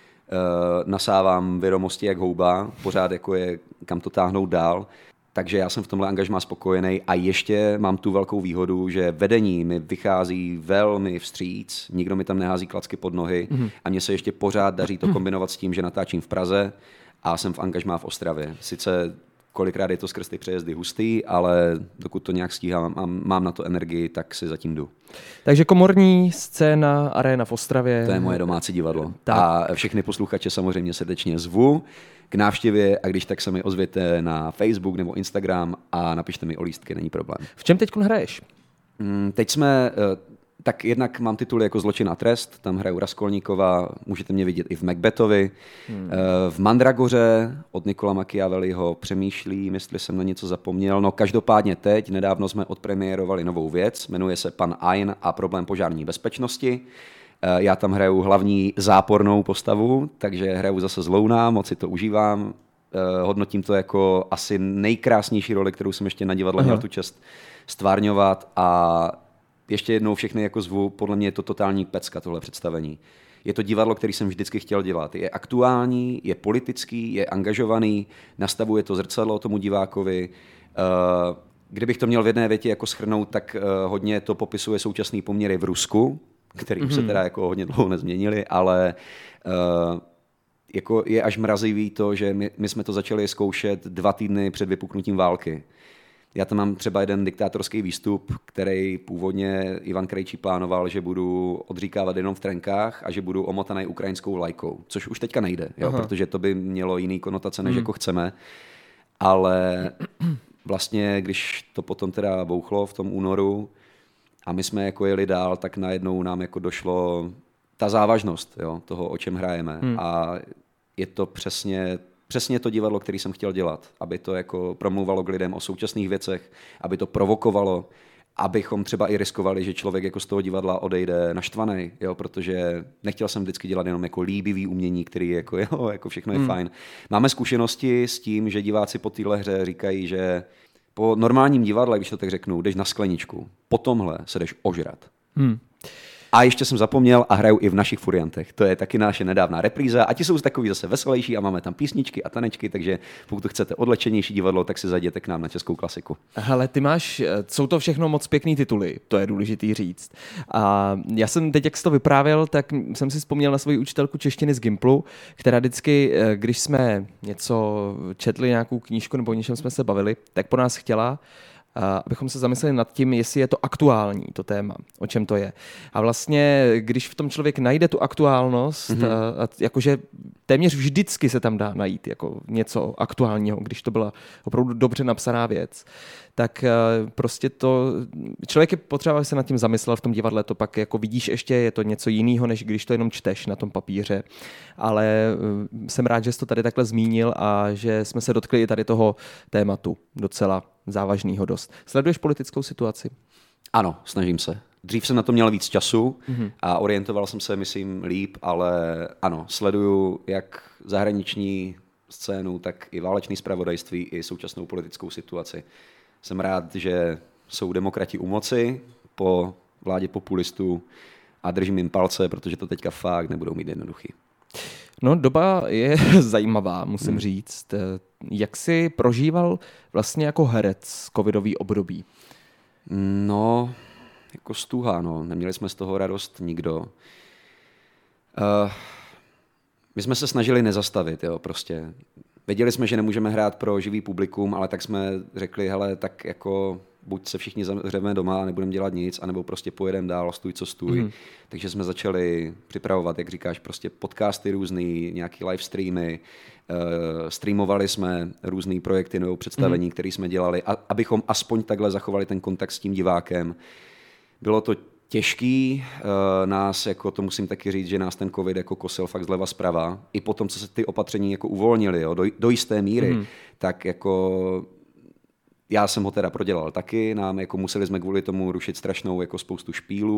Uh, nasávám vědomosti jak houba, pořád jako je kam to táhnout dál, takže já jsem v tomhle angažmá spokojený a ještě mám tu velkou výhodu, že vedení mi vychází velmi vstříc, nikdo mi tam nehází klacky pod nohy mm-hmm. a mně se ještě pořád daří to kombinovat s tím, že natáčím v Praze a jsem v angažmá v Ostravě. Sice kolikrát je to skrz ty přejezdy hustý, ale dokud to nějak stíhám a mám na to energii, tak si zatím jdu. Takže komorní scéna, aréna v Ostravě. To je moje domácí divadlo. Tak. A všechny posluchače samozřejmě srdečně zvu k návštěvě a když tak se mi ozvěte na Facebook nebo Instagram a napište mi o lístky, není problém. V čem teď hraješ? Teď jsme... Tak jednak mám tituly jako Zločin a trest, tam hraju Raskolníkova, můžete mě vidět i v Macbethovi. Hmm. V Mandragoře od Niccola Machiavelliho přemýšlím, jestli jsem na něco zapomněl. No každopádně teď, nedávno jsme odpremiérovali novou věc, jmenuje se Pan Ain a problém požární bezpečnosti. Já tam hraju hlavní zápornou postavu, takže hraju zase zlouna, moc si to užívám. uh, hodnotím to jako asi nejkrásnější roli, kterou jsem ještě na divadle Aha. měl tu čest stvárňovat a ještě jednou všechny jako zvu, podle mě je to totální pecka tohle představení. Je to divadlo, který jsem vždycky chtěl dělat. Je aktuální, je politický, je angažovaný, nastavuje to zrcadlo tomu divákovi. Uh, kdybych to měl v jedné větě jako shrnout, tak uh, hodně to popisuje současný poměry v Rusku, který mm-hmm. už se teda jako hodně dlouho nezměnili, ale uh, jako je až mrazivý to, že my, my jsme to začali zkoušet dva týdny před vypuknutím války. Já tam mám třeba jeden diktátorský výstup, který původně Ivan Krejčí plánoval, že budu odříkávat jenom v trenkách a že budu omotaný ukrajinskou vlajkou, což už teďka nejde, jo, protože to by mělo jiný konotace, než hmm. jako chceme. Ale vlastně, když to potom teda bouchlo v tom únoru a my jsme jako jeli dál, tak najednou nám jako došlo ta závažnost, jo, toho, o čem hrajeme. Hmm. A je to přesně... Přesně to divadlo, který jsem chtěl dělat, aby to jako promluvalo k lidem o současných věcech, aby to provokovalo, abychom třeba i riskovali, že člověk jako z toho divadla odejde naštvaný, jo, protože nechtěl jsem vždycky dělat jenom jako líbivý umění, který je jako, jo, jako všechno je hmm. fajn. Máme zkušenosti s tím, že diváci po téhle hře říkají, že po normálním divadle, když to tak řeknu, jdeš na skleničku, po tomhle se jdeš ožrat. Hmm. A ještě jsem zapomněl a hraju i v našich furiantech. To je taky naše nedávná repríza a ti jsou takový zase veselější a máme tam písničky a tanečky, takže pokud chcete odlečenější divadlo, tak si zajděte k nám na Českou klasiku. Hele, ty máš, jsou to všechno moc pěkný tituly, to je důležitý říct. A já jsem teď, jak jsi to vyprávěl, tak jsem si vzpomněl na svoji učitelku češtiny z Gimplu, která vždycky, když jsme něco četli, nějakou knížku nebo o něčem jsme se bavili, tak po nás chtěla, abychom se zamysleli nad tím, jestli je to aktuální, to téma, o čem to je. A vlastně, když v tom člověk najde tu aktuálnost, mm-hmm. a, a jakože téměř vždycky se tam dá najít jako něco aktuálního, když to byla opravdu dobře napsaná věc, tak prostě to, člověk je potřeba, aby se nad tím zamyslel v tom divadle, to pak jako vidíš ještě, je to něco jiného, než když to jenom čteš na tom papíře. Ale jsem rád, že jsi to tady takhle zmínil a že jsme se dotkli i tady toho tématu docela závažného dost. Sleduješ politickou situaci? Ano, snažím se. Dřív jsem na to měl víc času mm-hmm. a orientoval jsem se, myslím, líp, ale ano, sleduju jak zahraniční scénu, tak i válečné zpravodajství, i současnou politickou situaci. Jsem rád, že jsou demokrati u moci po vládě populistů a držím jim palce, protože to teďka fakt nebudou mít jednoduchý. No, doba je zajímavá, musím hmm. říct. Jak jsi prožíval vlastně jako herec covidový období? No, jako stuha, no. Neměli jsme z toho radost nikdo. Uh, my jsme se snažili nezastavit, jo, prostě. Věděli jsme, že nemůžeme hrát pro živý publikum, ale tak jsme řekli, hele, tak jako buď se všichni zavřeme doma a nebudeme dělat nic, anebo prostě pojedeme dál, stůj co stůj. Mm. Takže jsme začali připravovat, jak říkáš, prostě podcasty různý, nějaký live streamy, uh, streamovali jsme různý projekty nebo představení, mm. které jsme dělali, a, abychom aspoň takhle zachovali ten kontakt s tím divákem. Bylo to těžký, uh, nás, jako to musím taky říct, že nás ten covid jako kosil fakt zleva zprava. I potom, co se ty opatření jako uvolnily, jo, do, do jisté míry, mm. tak jako já jsem ho teda prodělal taky, nám jako museli jsme kvůli tomu rušit strašnou jako spoustu špílů.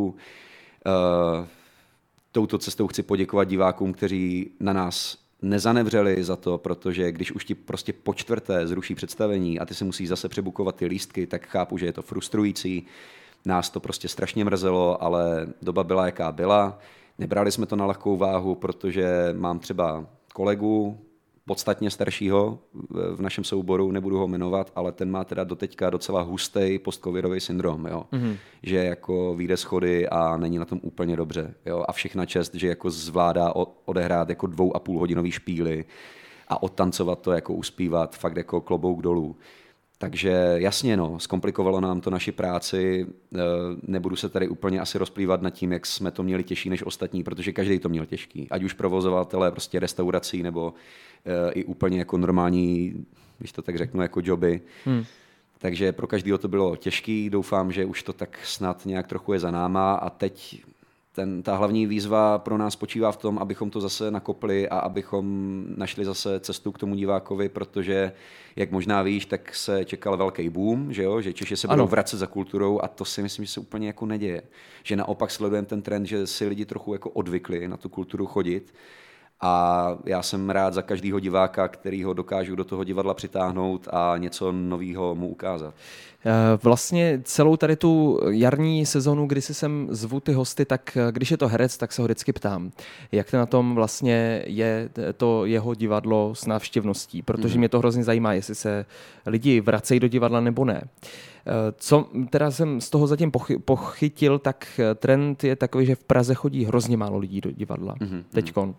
Uh, touto cestou chci poděkovat divákům, kteří na nás nezanevřeli za to, protože když už ti prostě po čtvrté zruší představení a ty si musíš zase přebukovat ty lístky, tak chápu, že je to frustrující. Nás to prostě strašně mrzelo, ale doba byla, jaká byla. Nebrali jsme to na lehkou váhu, protože mám třeba kolegu, podstatně staršího v našem souboru, nebudu ho jmenovat, ale ten má teda doteďka docela hustý postcovidový syndrom, jo? Mm-hmm. Že jako vyjde schody a není na tom úplně dobře. Jo? A všechna čest, že jako zvládá odehrát jako dvou a půl hodinový špíly a odtancovat to, jako uspívat, fakt jako klobouk dolů. Takže jasně, no, zkomplikovalo nám to naši práci, nebudu se tady úplně asi rozplývat nad tím, jak jsme to měli těžší než ostatní, protože každý to měl těžký, ať už provozovatelé prostě restaurací nebo i úplně jako normální, když to tak řeknu, jako joby. Hmm. Takže pro každého to bylo těžký, doufám, že už to tak snad nějak trochu je za náma a teď ten, ta hlavní výzva pro nás spočívá v tom, abychom to zase nakopli a abychom našli zase cestu k tomu divákovi, protože, jak možná víš, tak se čekal velký boom, že, jo? Že Češi se budou ano. vracet za kulturou a to si myslím, že se úplně jako neděje. Že naopak sledujeme ten trend, že si lidi trochu jako odvykli na tu kulturu chodit A já jsem rád za každého diváka, který ho dokážu do toho divadla přitáhnout a něco nového mu ukázat. Vlastně celou tady tu jarní sezonu, kdy si sem zvu ty hosty, tak když je to herec, tak se ho vždycky ptám, jak na tom vlastně je to jeho divadlo s návštěvností, protože mm. mě to hrozně zajímá, jestli se lidi vracejí do divadla nebo ne. Co teda jsem z toho zatím pochytil, tak trend je takový, že v Praze chodí hrozně málo lidí do divadla mm-hmm. teďkon.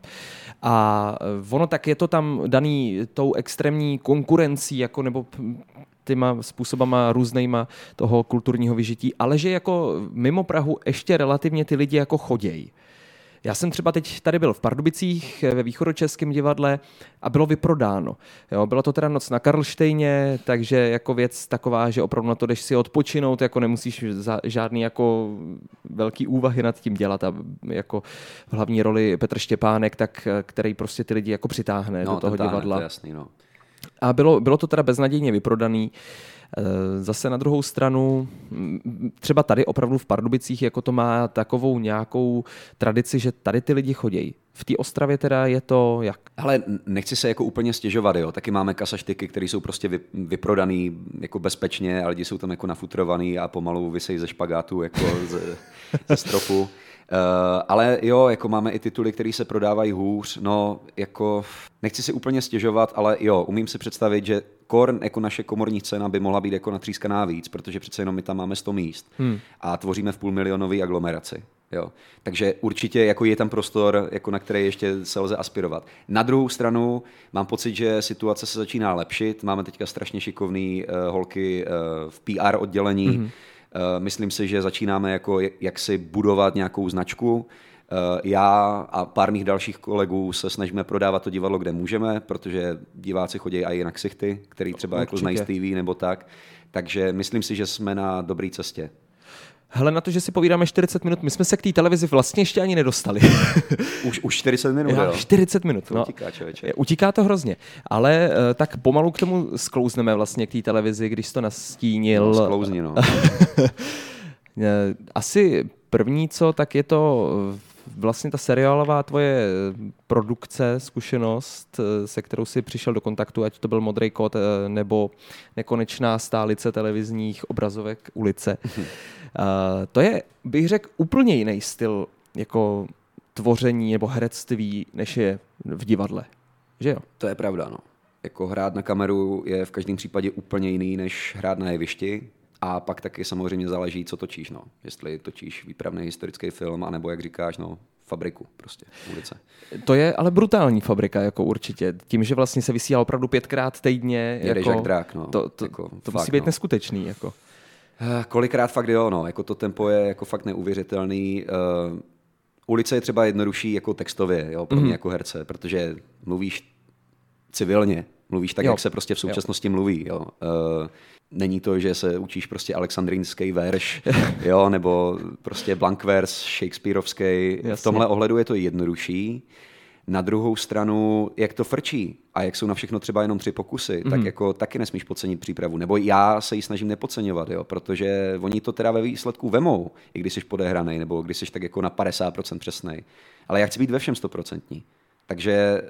A ono tak je to tam daný tou extrémní konkurencí, jako nebo těma způsobama různýma toho kulturního vyžití, ale že jako mimo Prahu ještě relativně ty lidi jako chodějí. Já jsem třeba teď tady byl v Pardubicích ve Východočeském divadle a bylo vyprodáno. Jo, bylo to teda noc na Karlštejně, takže jako věc taková, že opravdu na to jdeš si odpočinout, jako nemusíš za žádný jako velký úvahy nad tím dělat a jako v hlavní roli Petr Štěpánek, tak, který prostě ty lidi jako přitáhne no, do toho táhne, divadla. To je jasný, no. A bylo, bylo to teda beznadějně vyprodaný. Zase na druhou stranu, třeba tady opravdu v Pardubicích jako to má takovou nějakou tradici, že tady ty lidi chodějí. V té Ostravě teda je to jak? Hele, nechci se jako úplně stěžovat, jo. Taky máme kasaštyky, které jsou prostě vyprodaný jako bezpečně a lidi jsou tam jako nafutrovaný a pomalu vysejí ze špagátu jako ze, ze stropu. Uh, ale jo, jako máme i tituly, které se prodávají hůř, no jako nechci si úplně stěžovat, ale jo, umím si představit, že Korn jako naše komorní scéna by mohla být jako natřískaná víc, protože přece jenom my tam máme sto míst hmm. a tvoříme v půlmilionové aglomeraci. Jo. Takže určitě jako je tam prostor, jako na který ještě se lze aspirovat. Na druhou stranu mám pocit, že situace se začíná lepšit, máme teďka strašně šikovný uh, holky uh, v P R oddělení, hmm. Uh, myslím si, že začínáme jako jak si budovat nějakou značku. Uh, já a pár mých dalších kolegů se snažíme prodávat to divadlo, kde můžeme, protože diváci chodí i na ksichty, který třeba jako znají z T V nebo tak. Takže myslím si, že jsme na dobré cestě. Hele, na to, že si povídáme čtyřicet minut, my jsme se k té televizi vlastně ještě ani nedostali. Už, už čtyřicet minut, jo? čtyřicet minut, to no. Utíká, člověče. Utíká to hrozně, ale tak pomalu k tomu sklouzneme vlastně k té televizi, když jsi to nastínil. No, sklouzni, no. Asi první, co, tak je to vlastně ta seriálová tvoje produkce, zkušenost, se kterou jsi přišel do kontaktu, ať to byl Modrý kód nebo Nekonečná stálice televizních obrazovek ulice. Uh, to je, bych řekl, úplně jiný styl jako tvoření nebo herectví, než je v divadle. Že jo? To je pravda, no. Jako hrát na kameru je v každém případě úplně jiný, než hrát na jevišti. A pak taky samozřejmě záleží, co točíš, no. Jestli točíš výpravný historický film, anebo jak říkáš, no, fabriku prostě, ulice. To je ale brutální fabrika, jako určitě. Tím, že vlastně se vysílá opravdu pětkrát týdně. Jedeš jako, jak drák, no. To, to, jako, to fakt, musí být no. neskutečný, jako. Kolikrát fakt jo, no, jako to tempo je jako fakt neuvěřitelný. Uh, ulice je třeba jednodušší jako textově, jo, pro mě mm. jako herce, protože mluvíš civilně, mluvíš tak, jo. jak se prostě v současnosti jo. mluví, jo. Uh, není to, že se učíš prostě alexandrinský verš, jo, nebo prostě blankvers, shakespearovský. Jasně. V tomhle ohledu je to jednodušší. Na druhou stranu, jak to frčí a jak jsou na všechno třeba jenom tři pokusy, mm. tak jako taky nesmíš podcenit přípravu. Nebo já se ji snažím nepodceňovat, jo, protože oni to teda ve výsledku vemou, i když jsi podehranej, nebo když jsi tak jako na padesát procent přesnej. Ale já chci být ve všem sto procent. Takže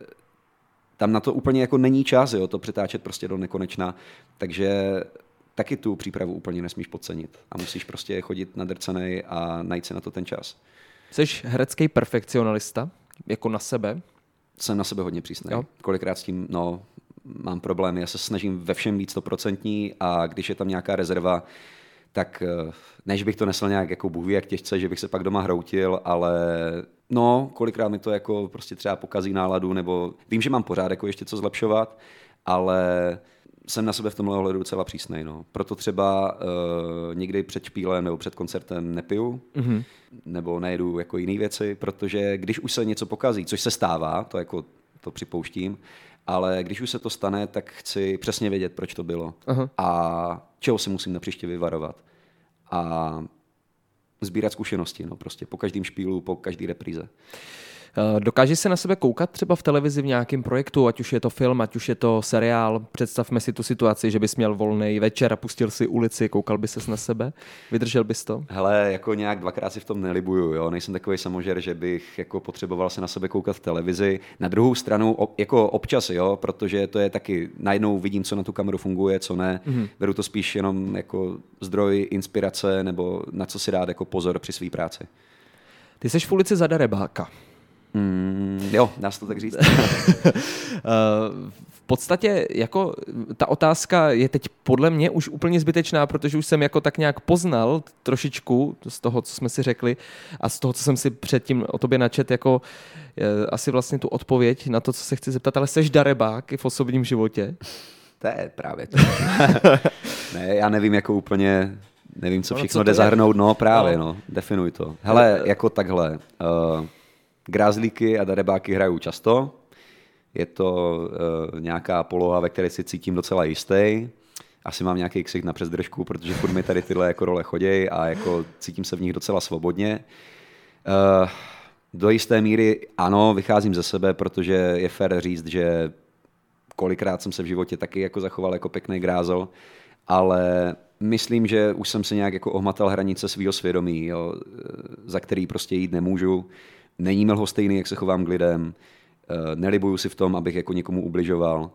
tam na to úplně jako není čas, jo, to přetáčet prostě do nekonečna. Takže taky tu přípravu úplně nesmíš podcenit. A musíš prostě chodit nadrcenej a najít si na to ten čas. Jsi herecký perfekcionalista? Jako na sebe? Jsem na sebe hodně přísný. Jo. Kolikrát s tím, no, mám problémy. Já se snažím ve všem být stoprocentní a když je tam nějaká rezerva, tak než bych to nesl nějak jako bůh ví jak těžce, že bych se pak doma hroutil, ale no, kolikrát mi to jako prostě třeba pokazí náladu, nebo vím, že mám pořád jako ještě co zlepšovat, ale jsem na sebe v tomhle ohledu docela přísnej. No. Proto třeba uh, někdy před špílem nebo před koncertem nepiju, mm-hmm. nebo nejedu jako jiné věci, protože když už se něco pokazí, což se stává, to jako to připouštím, ale když už se to stane, tak chci přesně vědět, proč to bylo. Aha. A čeho si musím napříště vyvarovat. A sbírat zkušenosti, no, prostě po každém špílu, po každý repríze. Dokážeš se na sebe koukat třeba v televizi v nějakém projektu, ať už je to film, ať už je to seriál? Představme si tu situaci, že bys měl volný večer a pustil si ulici, koukal bys ses na sebe? Vydržel bys to? Hele, jako nějak dvakrát si v tom nelibuju, jo. Nejsem takový samožer, že bych jako potřeboval se na sebe koukat v televizi. Na druhou stranu jako občas, jo, protože to je taky, najednou vidím, co na tu kameru funguje, co ne. Mm-hmm. Beru to spíš jenom jako zdroj inspirace nebo na co si dát jako pozor při své práci. Ty seš v ulici za darebáka. Mm, jo, dá se to tak říct. V podstatě jako ta otázka je teď podle mě už úplně zbytečná, protože už jsem jako tak nějak poznal trošičku z toho, co jsme si řekli a z toho, co jsem si předtím o tobě načet, jako asi vlastně tu odpověď na to, co se chci zeptat, ale seš darebák i v osobním životě? To je právě to. Ne, já nevím jako úplně... Nevím, co všechno no, co jde zahrnout, no právě, no. no, definuj to. Hele, jako takhle, uh, grázlíky a darebáky hrajou často, je to uh, nějaká poloha, ve které si cítím docela jistý, asi mám nějaký ksicht na přezdržku, protože furt mi tady tyhle jako role chodějí a jako cítím se v nich docela svobodně. Uh, do jisté míry ano, vycházím ze sebe, protože je fér říct, že kolikrát jsem se v životě taky jako zachoval jako pěkný grázl, ale myslím, že už jsem se nějak jako ohmatal hranice svýho svědomí, jo, za který prostě jít nemůžu. Není mi lhostejný, jak se chovám k lidem. Nelibuju si v tom, abych jako někomu ubližoval.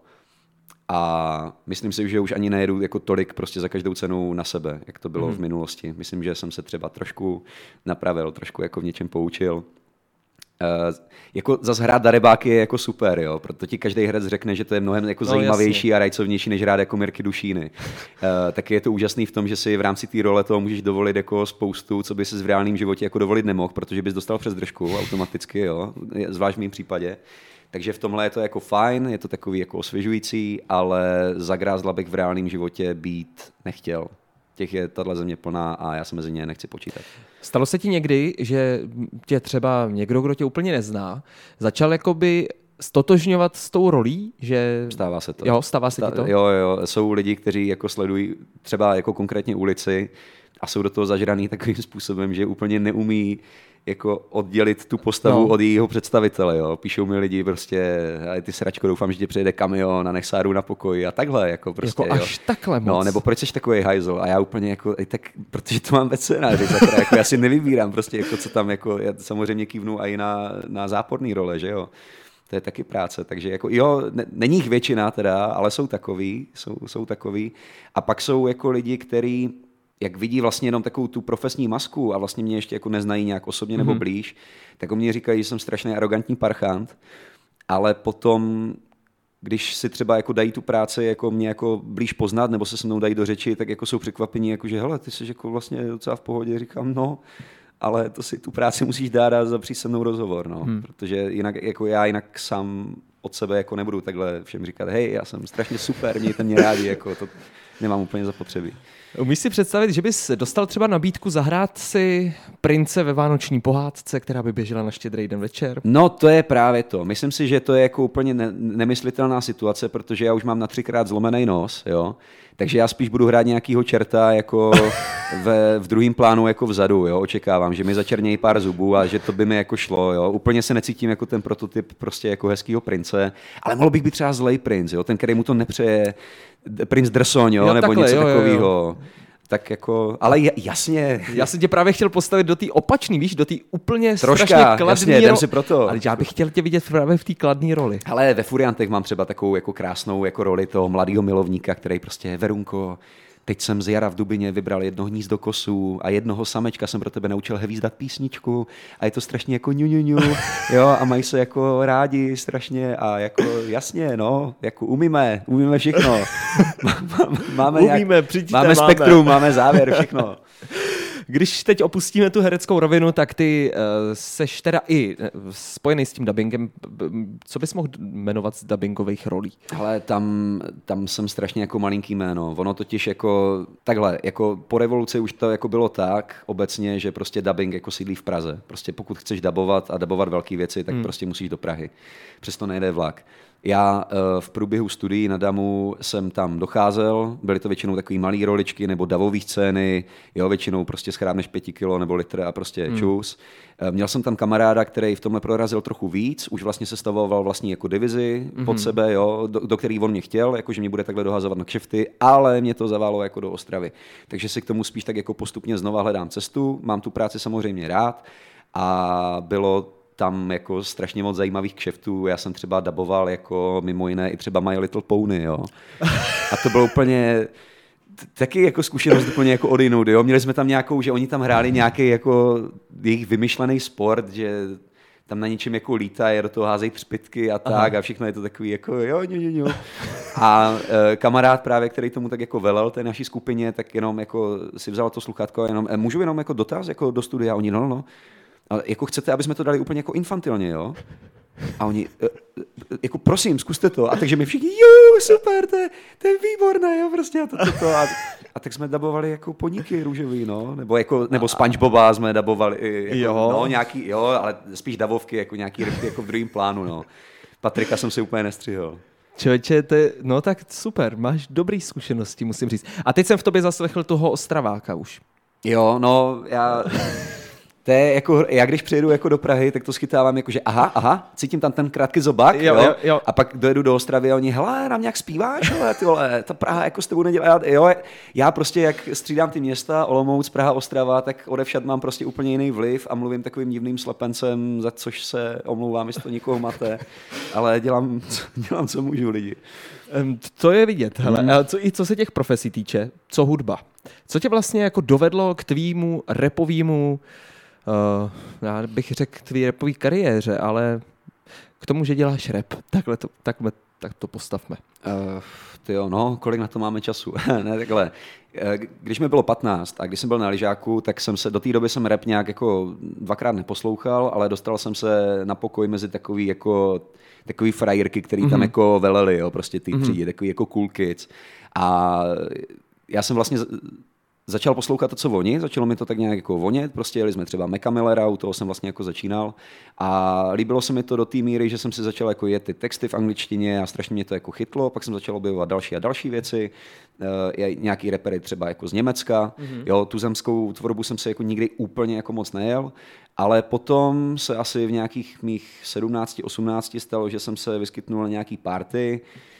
A myslím si, že už ani nejedu jako tolik prostě za každou cenu na sebe, jak to bylo mm. v minulosti. Myslím, že jsem se třeba trošku napravil, trošku jako v něčem poučil. Uh, jako zase hrát darebáky je jako super, jo, proto ti každý herec řekne, že to je mnohem jako no, zajímavější jasně. a rajcovnější, než hrát jako Mirky Dušíny. Uh, taky je to úžasný v tom, že si v rámci té role toho můžeš dovolit jako spoustu, co by si v reálném životě jako dovolit nemohl, protože bys dostal přes držku automaticky, jo, zvlášť v mém případě. Takže v tomhle je to jako fajn, je to takový jako osvěžující, ale za grázla bych v reálném životě být nechtěl. Těch je tahle země plná a já se mezi ně nechci počítat. Stalo se ti někdy, že tě třeba někdo, kdo tě úplně nezná, začal jakoby stotožňovat s tou rolí, že... Stává se to. Jo, stává se Stá... ti to? Jo, jo, jsou lidi, kteří jako sledují třeba jako konkrétně ulici a jsou do toho zažraný takovým způsobem, že úplně neumí jako oddělit tu postavu no. od jejího představitele, jo. Píšou mi lidi prostě, ty sračko, doufám, že ti přijede kamion a nech sáru na pokoji a takhle, jako prostě, jako až jo. takhle moc. No, nebo proč jsi takovej hajzl a já úplně jako, tak, protože to mám ve scénáři, tak jako já si nevybírám prostě, jako co tam, jako, já samozřejmě kývnu i na, na záporný role, že jo. To je taky práce, takže jako jo, ne, není jich většina teda, ale jsou takový, jsou, jsou takový. A pak jsou jako lidi, kteří jak vidí vlastně jenom takovou tu profesní masku a vlastně mě ještě jako neznají nějak osobně nebo blíž, tak o mě říkají, že jsem strašně arrogantní parchant, ale potom, když si třeba jako dají tu práci jako mě jako blíž poznat nebo se se mnou dají do řeči, tak jako jsou překvapení, jako že hele, ty jsi jako vlastně docela v pohodě, říkám no, ale to si tu práci musíš dát a zapřít se mnou rozhovor, no, hmm. protože jinak jako já jinak sám od sebe jako nebudu takhle všem říkat, hej, já jsem strašně super, mějte mě rádi, jako to nemám úplně zapotřebí. Umíš si představit, že bys dostal třeba nabídku zahrát si prince ve vánoční pohádce, která by běžela na Štědrý den večer? No to je právě to. Myslím si, že to je jako úplně ne- nemyslitelná situace, protože já už mám na třikrát zlomený nos, jo. Takže já spíš budu hrát nějakýho čerta jako ve, v druhém plánu jako vzadu, jo. Očekávám, že mi začernějí pár zubů a že to by mi jako šlo, jo. Úplně se necítím jako ten prototyp prostě jako hezkýho prince, ale mohl bych být třeba zlej princ, jo. Ten, který mu to nepřeje, princ Drsoň, jo, jo nebo takhle, něco takového. Tak jako, ale jasně. Já jsem tě právě chtěl postavit do té opačný, víš, do té úplně Troška, strašně kladný jasně, jdem si proto. Ale já bych chtěl tě vidět právě v té kladné roli. Ale ve Furiantech mám třeba takovou jako krásnou jako roli toho mladého milovníka, který prostě je Verunko, teď jsem z jara v Dubině vybral jedno hnízdo kosů a jednoho samečka jsem pro tebe naučil hvízdat písničku a je to strašně jako ňu, ňu, ňu, jo, a mají se jako rádi strašně a jako jasně, no, jako umíme, umíme všechno. Máme, umíme, nějak, přijďte, máme spektrum, máme závěr, všechno. Když teď opustíme tu hereckou rovinu, tak ty uh, seš teda i spojený s tím dubbingem. Co bys mohl jmenovat z dubbingových rolí? Ale tam, tam jsem strašně jako malinký jméno. Ono totiž jako takhle, jako po revoluci už to jako bylo tak obecně, že prostě dubbing jako sídlí v Praze. Prostě pokud chceš dabovat a dabovat velké věci, tak hmm. prostě musíš do Prahy. Přesto nejde vlak. Já v průběhu studií na Damu jsem tam docházel, byly to většinou takové malé roličky nebo davové scény, jo, většinou prostě schrábneš pěti kilo nebo litr a prostě hmm. čus. Měl jsem tam kamaráda, který v tomhle prorazil trochu víc, už vlastně sestavoval vlastní jako divizi mm-hmm. pod sebe, jo, do, do který on mě chtěl, jakože mě bude takhle dohazovat na kšefty, ale mě to zaválo jako do Ostravy. Takže si k tomu spíš tak jako postupně znova hledám cestu, mám tu práci samozřejmě rád a bylo tam jako strašně moc zajímavých kšeftů. Já jsem třeba daboval jako mimo jiné i třeba My Little Pony, jo. A to bylo úplně taky jako zkušenost úplně jako odjinud, jo. Měli jsme tam nějakou, že oni tam hráli nějaký jako jejich vymyšlený sport, že tam na něčem jako lítají, do toho házejí třpytky a tak. Aha. A všechno je to takový jako jo, jo, jo, jo. A e, kamarád právě, který tomu tak jako velel té naší skupině, tak jenom jako si vzal to sluchátko a jenom, e, můžu jenom jako dotaz jako do studia? Oni no, no, no. Ale jako chcete, aby jsme to dali úplně jako infantilně, jo? A oni, jako prosím, zkuste to. A takže my všichni, jo, super, to je, to je výborné, jo, prostě a to, to, to. A, a tak jsme dabovali jako poníky růžový, no, nebo jako, nebo SpongeBoba jsme dabovali, jako, jo. No, nějaký, jo, ale spíš dabovky, jako nějaký rybky, jako v druhém plánu, no. Patrika jsem si úplně nestřihl. Člověče, to je, no tak super, máš dobrý zkušenosti, musím říct. A teď jsem v tobě zaslechl toho Ostraváka už. Jo, no, já... To je jako, já když přijedu jako do Prahy, tak to schytávám jako, že aha, aha, cítím tam ten krátký zobák, jo, jo? Jo, jo. A pak dojedu do Ostravy a oni, hele, nám nějak zpíváš, ale ty vole, ta Praha jako s tebou nedělá, jo, já prostě jak střídám ty města, Olomouc, Praha, Ostrava, tak odevšad mám prostě úplně jiný vliv a mluvím takovým divným slepencem, za což se omlouvám, jestli to nikoho mate, ale dělám, dělám, co můžu lidi. To je vidět, hele. Hmm. Co, i co se těch profesí týče, co hudba? Co tě vlastně jako dovedlo k tvýmu rapovému Uh, já bych řekl tvý rapový kariéře, ale k tomu, že děláš rap. Takhle to, tak, tak to postavme. Uh, tyjo, no, kolik na to máme času? Ne, takhle. Když mi bylo patnáct a když jsem byl na lyžáku, tak jsem se, do té doby jsem rap nějak jako dvakrát neposlouchal, ale dostal jsem se na pokoj mezi takový jako takový frajerky, který mm-hmm. tam jako veleli, jo, prostě ty mm-hmm. třídy, takový jako cool kids. A já jsem vlastně začal poslouchat to, co oni, začalo mi to tak nějak jako vonět, prostě jeli jsme třeba Meka Millera, u toho jsem vlastně jako začínal a líbilo se mi to do té míry, že jsem si začal jako jet ty texty v angličtině a strašně mě to jako chytlo, pak jsem začal objevovat další a další věci, uh, nějaký rapery třeba jako z Německa, mm-hmm. jo, tu zemskou tvorbu jsem se jako nikdy úplně jako moc nejel, ale potom se asi v nějakých mých sedmnácti osmnácti stalo, že jsem se vyskytnul na nějaký party.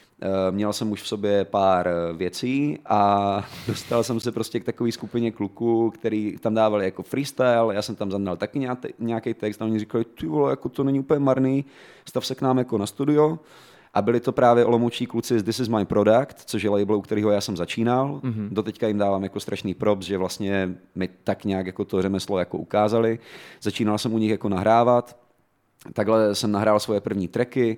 Měl jsem už v sobě pár věcí a dostal jsem se prostě k takové skupině kluků, který tam dávali jako freestyle, já jsem tam zadal taky nějaký text a oni říkali, ty vole, jako to není úplně marný, stav se k nám jako na studio. A byli to právě olomoučtí kluci z This Is My Product, což je label, u kterého já jsem začínal. Mm-hmm. Doteďka jim dávám jako strašný props, že vlastně mi tak nějak jako to řemeslo jako ukázali. Začínal jsem u nich jako nahrávat. Takhle jsem nahrál svoje první tracky.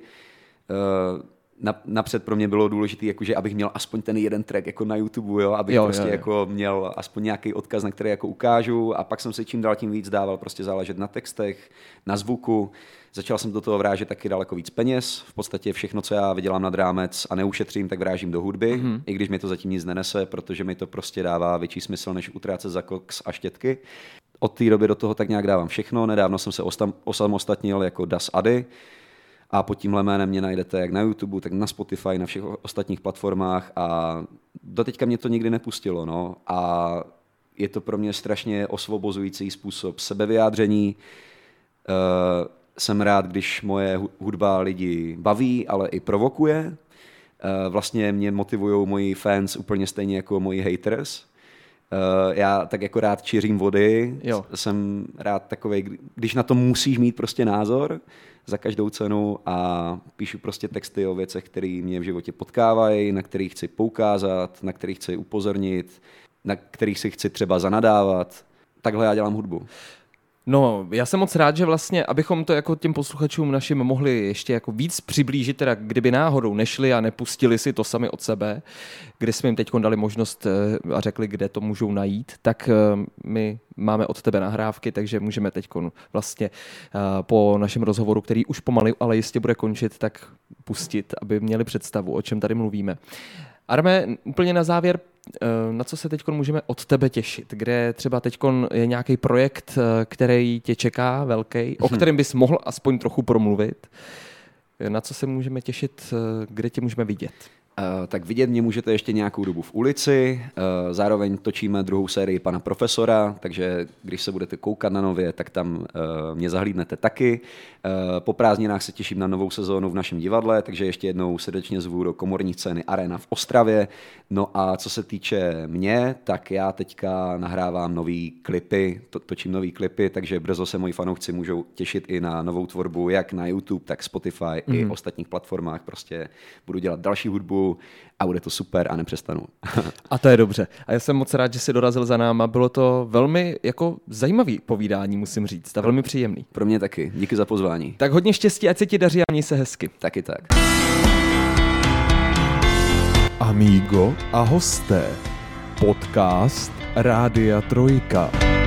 Napřed pro mě bylo důležité, jakože abych měl aspoň ten jeden track jako na YouTube, jo, abych jo, prostě jo, jo. Jako měl aspoň nějaký odkaz, na který jako ukážu a pak jsem si čím dál tím víc dával prostě záležet na textech, na zvuku. Začal jsem do toho vrážet taky daleko víc peněz. V podstatě všechno, co já vydělám nad rámec a neušetřím, tak vrážím do hudby, mm-hmm. i když mi to zatím nic nenese, protože mi to prostě dává větší smysl, než utrácet za koks a štětky. Od té doby do toho tak nějak dávám všechno. Nedávno jsem se osam, osamostatnil jako Das Ady. A pod tímhle jménem mě najdete jak na YouTube, tak na Spotify, na všech ostatních platformách a doteďka mě to nikdy nepustilo. No. A je to pro mě strašně osvobozující způsob sebevyjádření. Uh, jsem rád, když moje hudba lidi baví, ale i provokuje. Uh, vlastně mě motivují moji fans úplně stejně jako moji haters. Uh, já tak jako rád čiřím vody, jo. Jsem rád takovej, když na to musíš mít prostě názor za každou cenu a píšu prostě texty o věcech, které mě v životě potkávají, na kterých chci poukázat, na kterých chci upozornit, na kterých si chci třeba zanadávat. Takhle já dělám hudbu. No, já jsem moc rád, že vlastně, abychom to jako těm posluchačům našim mohli ještě jako víc přiblížit, teda kdyby náhodou nešli a nepustili si to sami od sebe, kde jsme jim teď dali možnost a řekli, kde to můžou najít, tak my máme od tebe nahrávky, takže můžeme teď vlastně po našem rozhovoru, který už pomalu, ale jistě bude končit, tak pustit, aby měli představu, o čem tady mluvíme. Arme, úplně na závěr, na co se teď můžeme od tebe těšit? Kde třeba teď je nějaký projekt, který tě čeká, velký, o kterém bys mohl aspoň trochu promluvit? Na co se můžeme těšit, kde tě můžeme vidět? Uh, tak vidět mě můžete ještě nějakou dobu v ulici, uh, zároveň točíme druhou sérii Pana profesora, takže když se budete koukat na Nově, tak tam uh, mě zahlídnete taky. Uh, po prázdninách se těším na novou sezónu v našem divadle, takže ještě jednou srdečně zvu do komorní scény Arena v Ostravě. No a co se týče mě, tak já teďka nahrávám nový klipy, to, točím nový klipy, takže brzo se moji fanoušci můžou těšit i na novou tvorbu, jak na YouTube, tak Spotify mm. i ostatních platformách. Prostě budu dělat další hudbu a bude to super a nepřestanu. A to je dobře. A já jsem moc rád, že jsi dorazil za náma. Bylo to velmi jako zajímavý povídání, musím říct, a velmi příjemný. Pro mě taky. Díky za pozvání. Tak hodně štěstí, ať se ti daří a měj se hezky. Taky tak. Amigo a hosté. Podcast Rádia Trojka.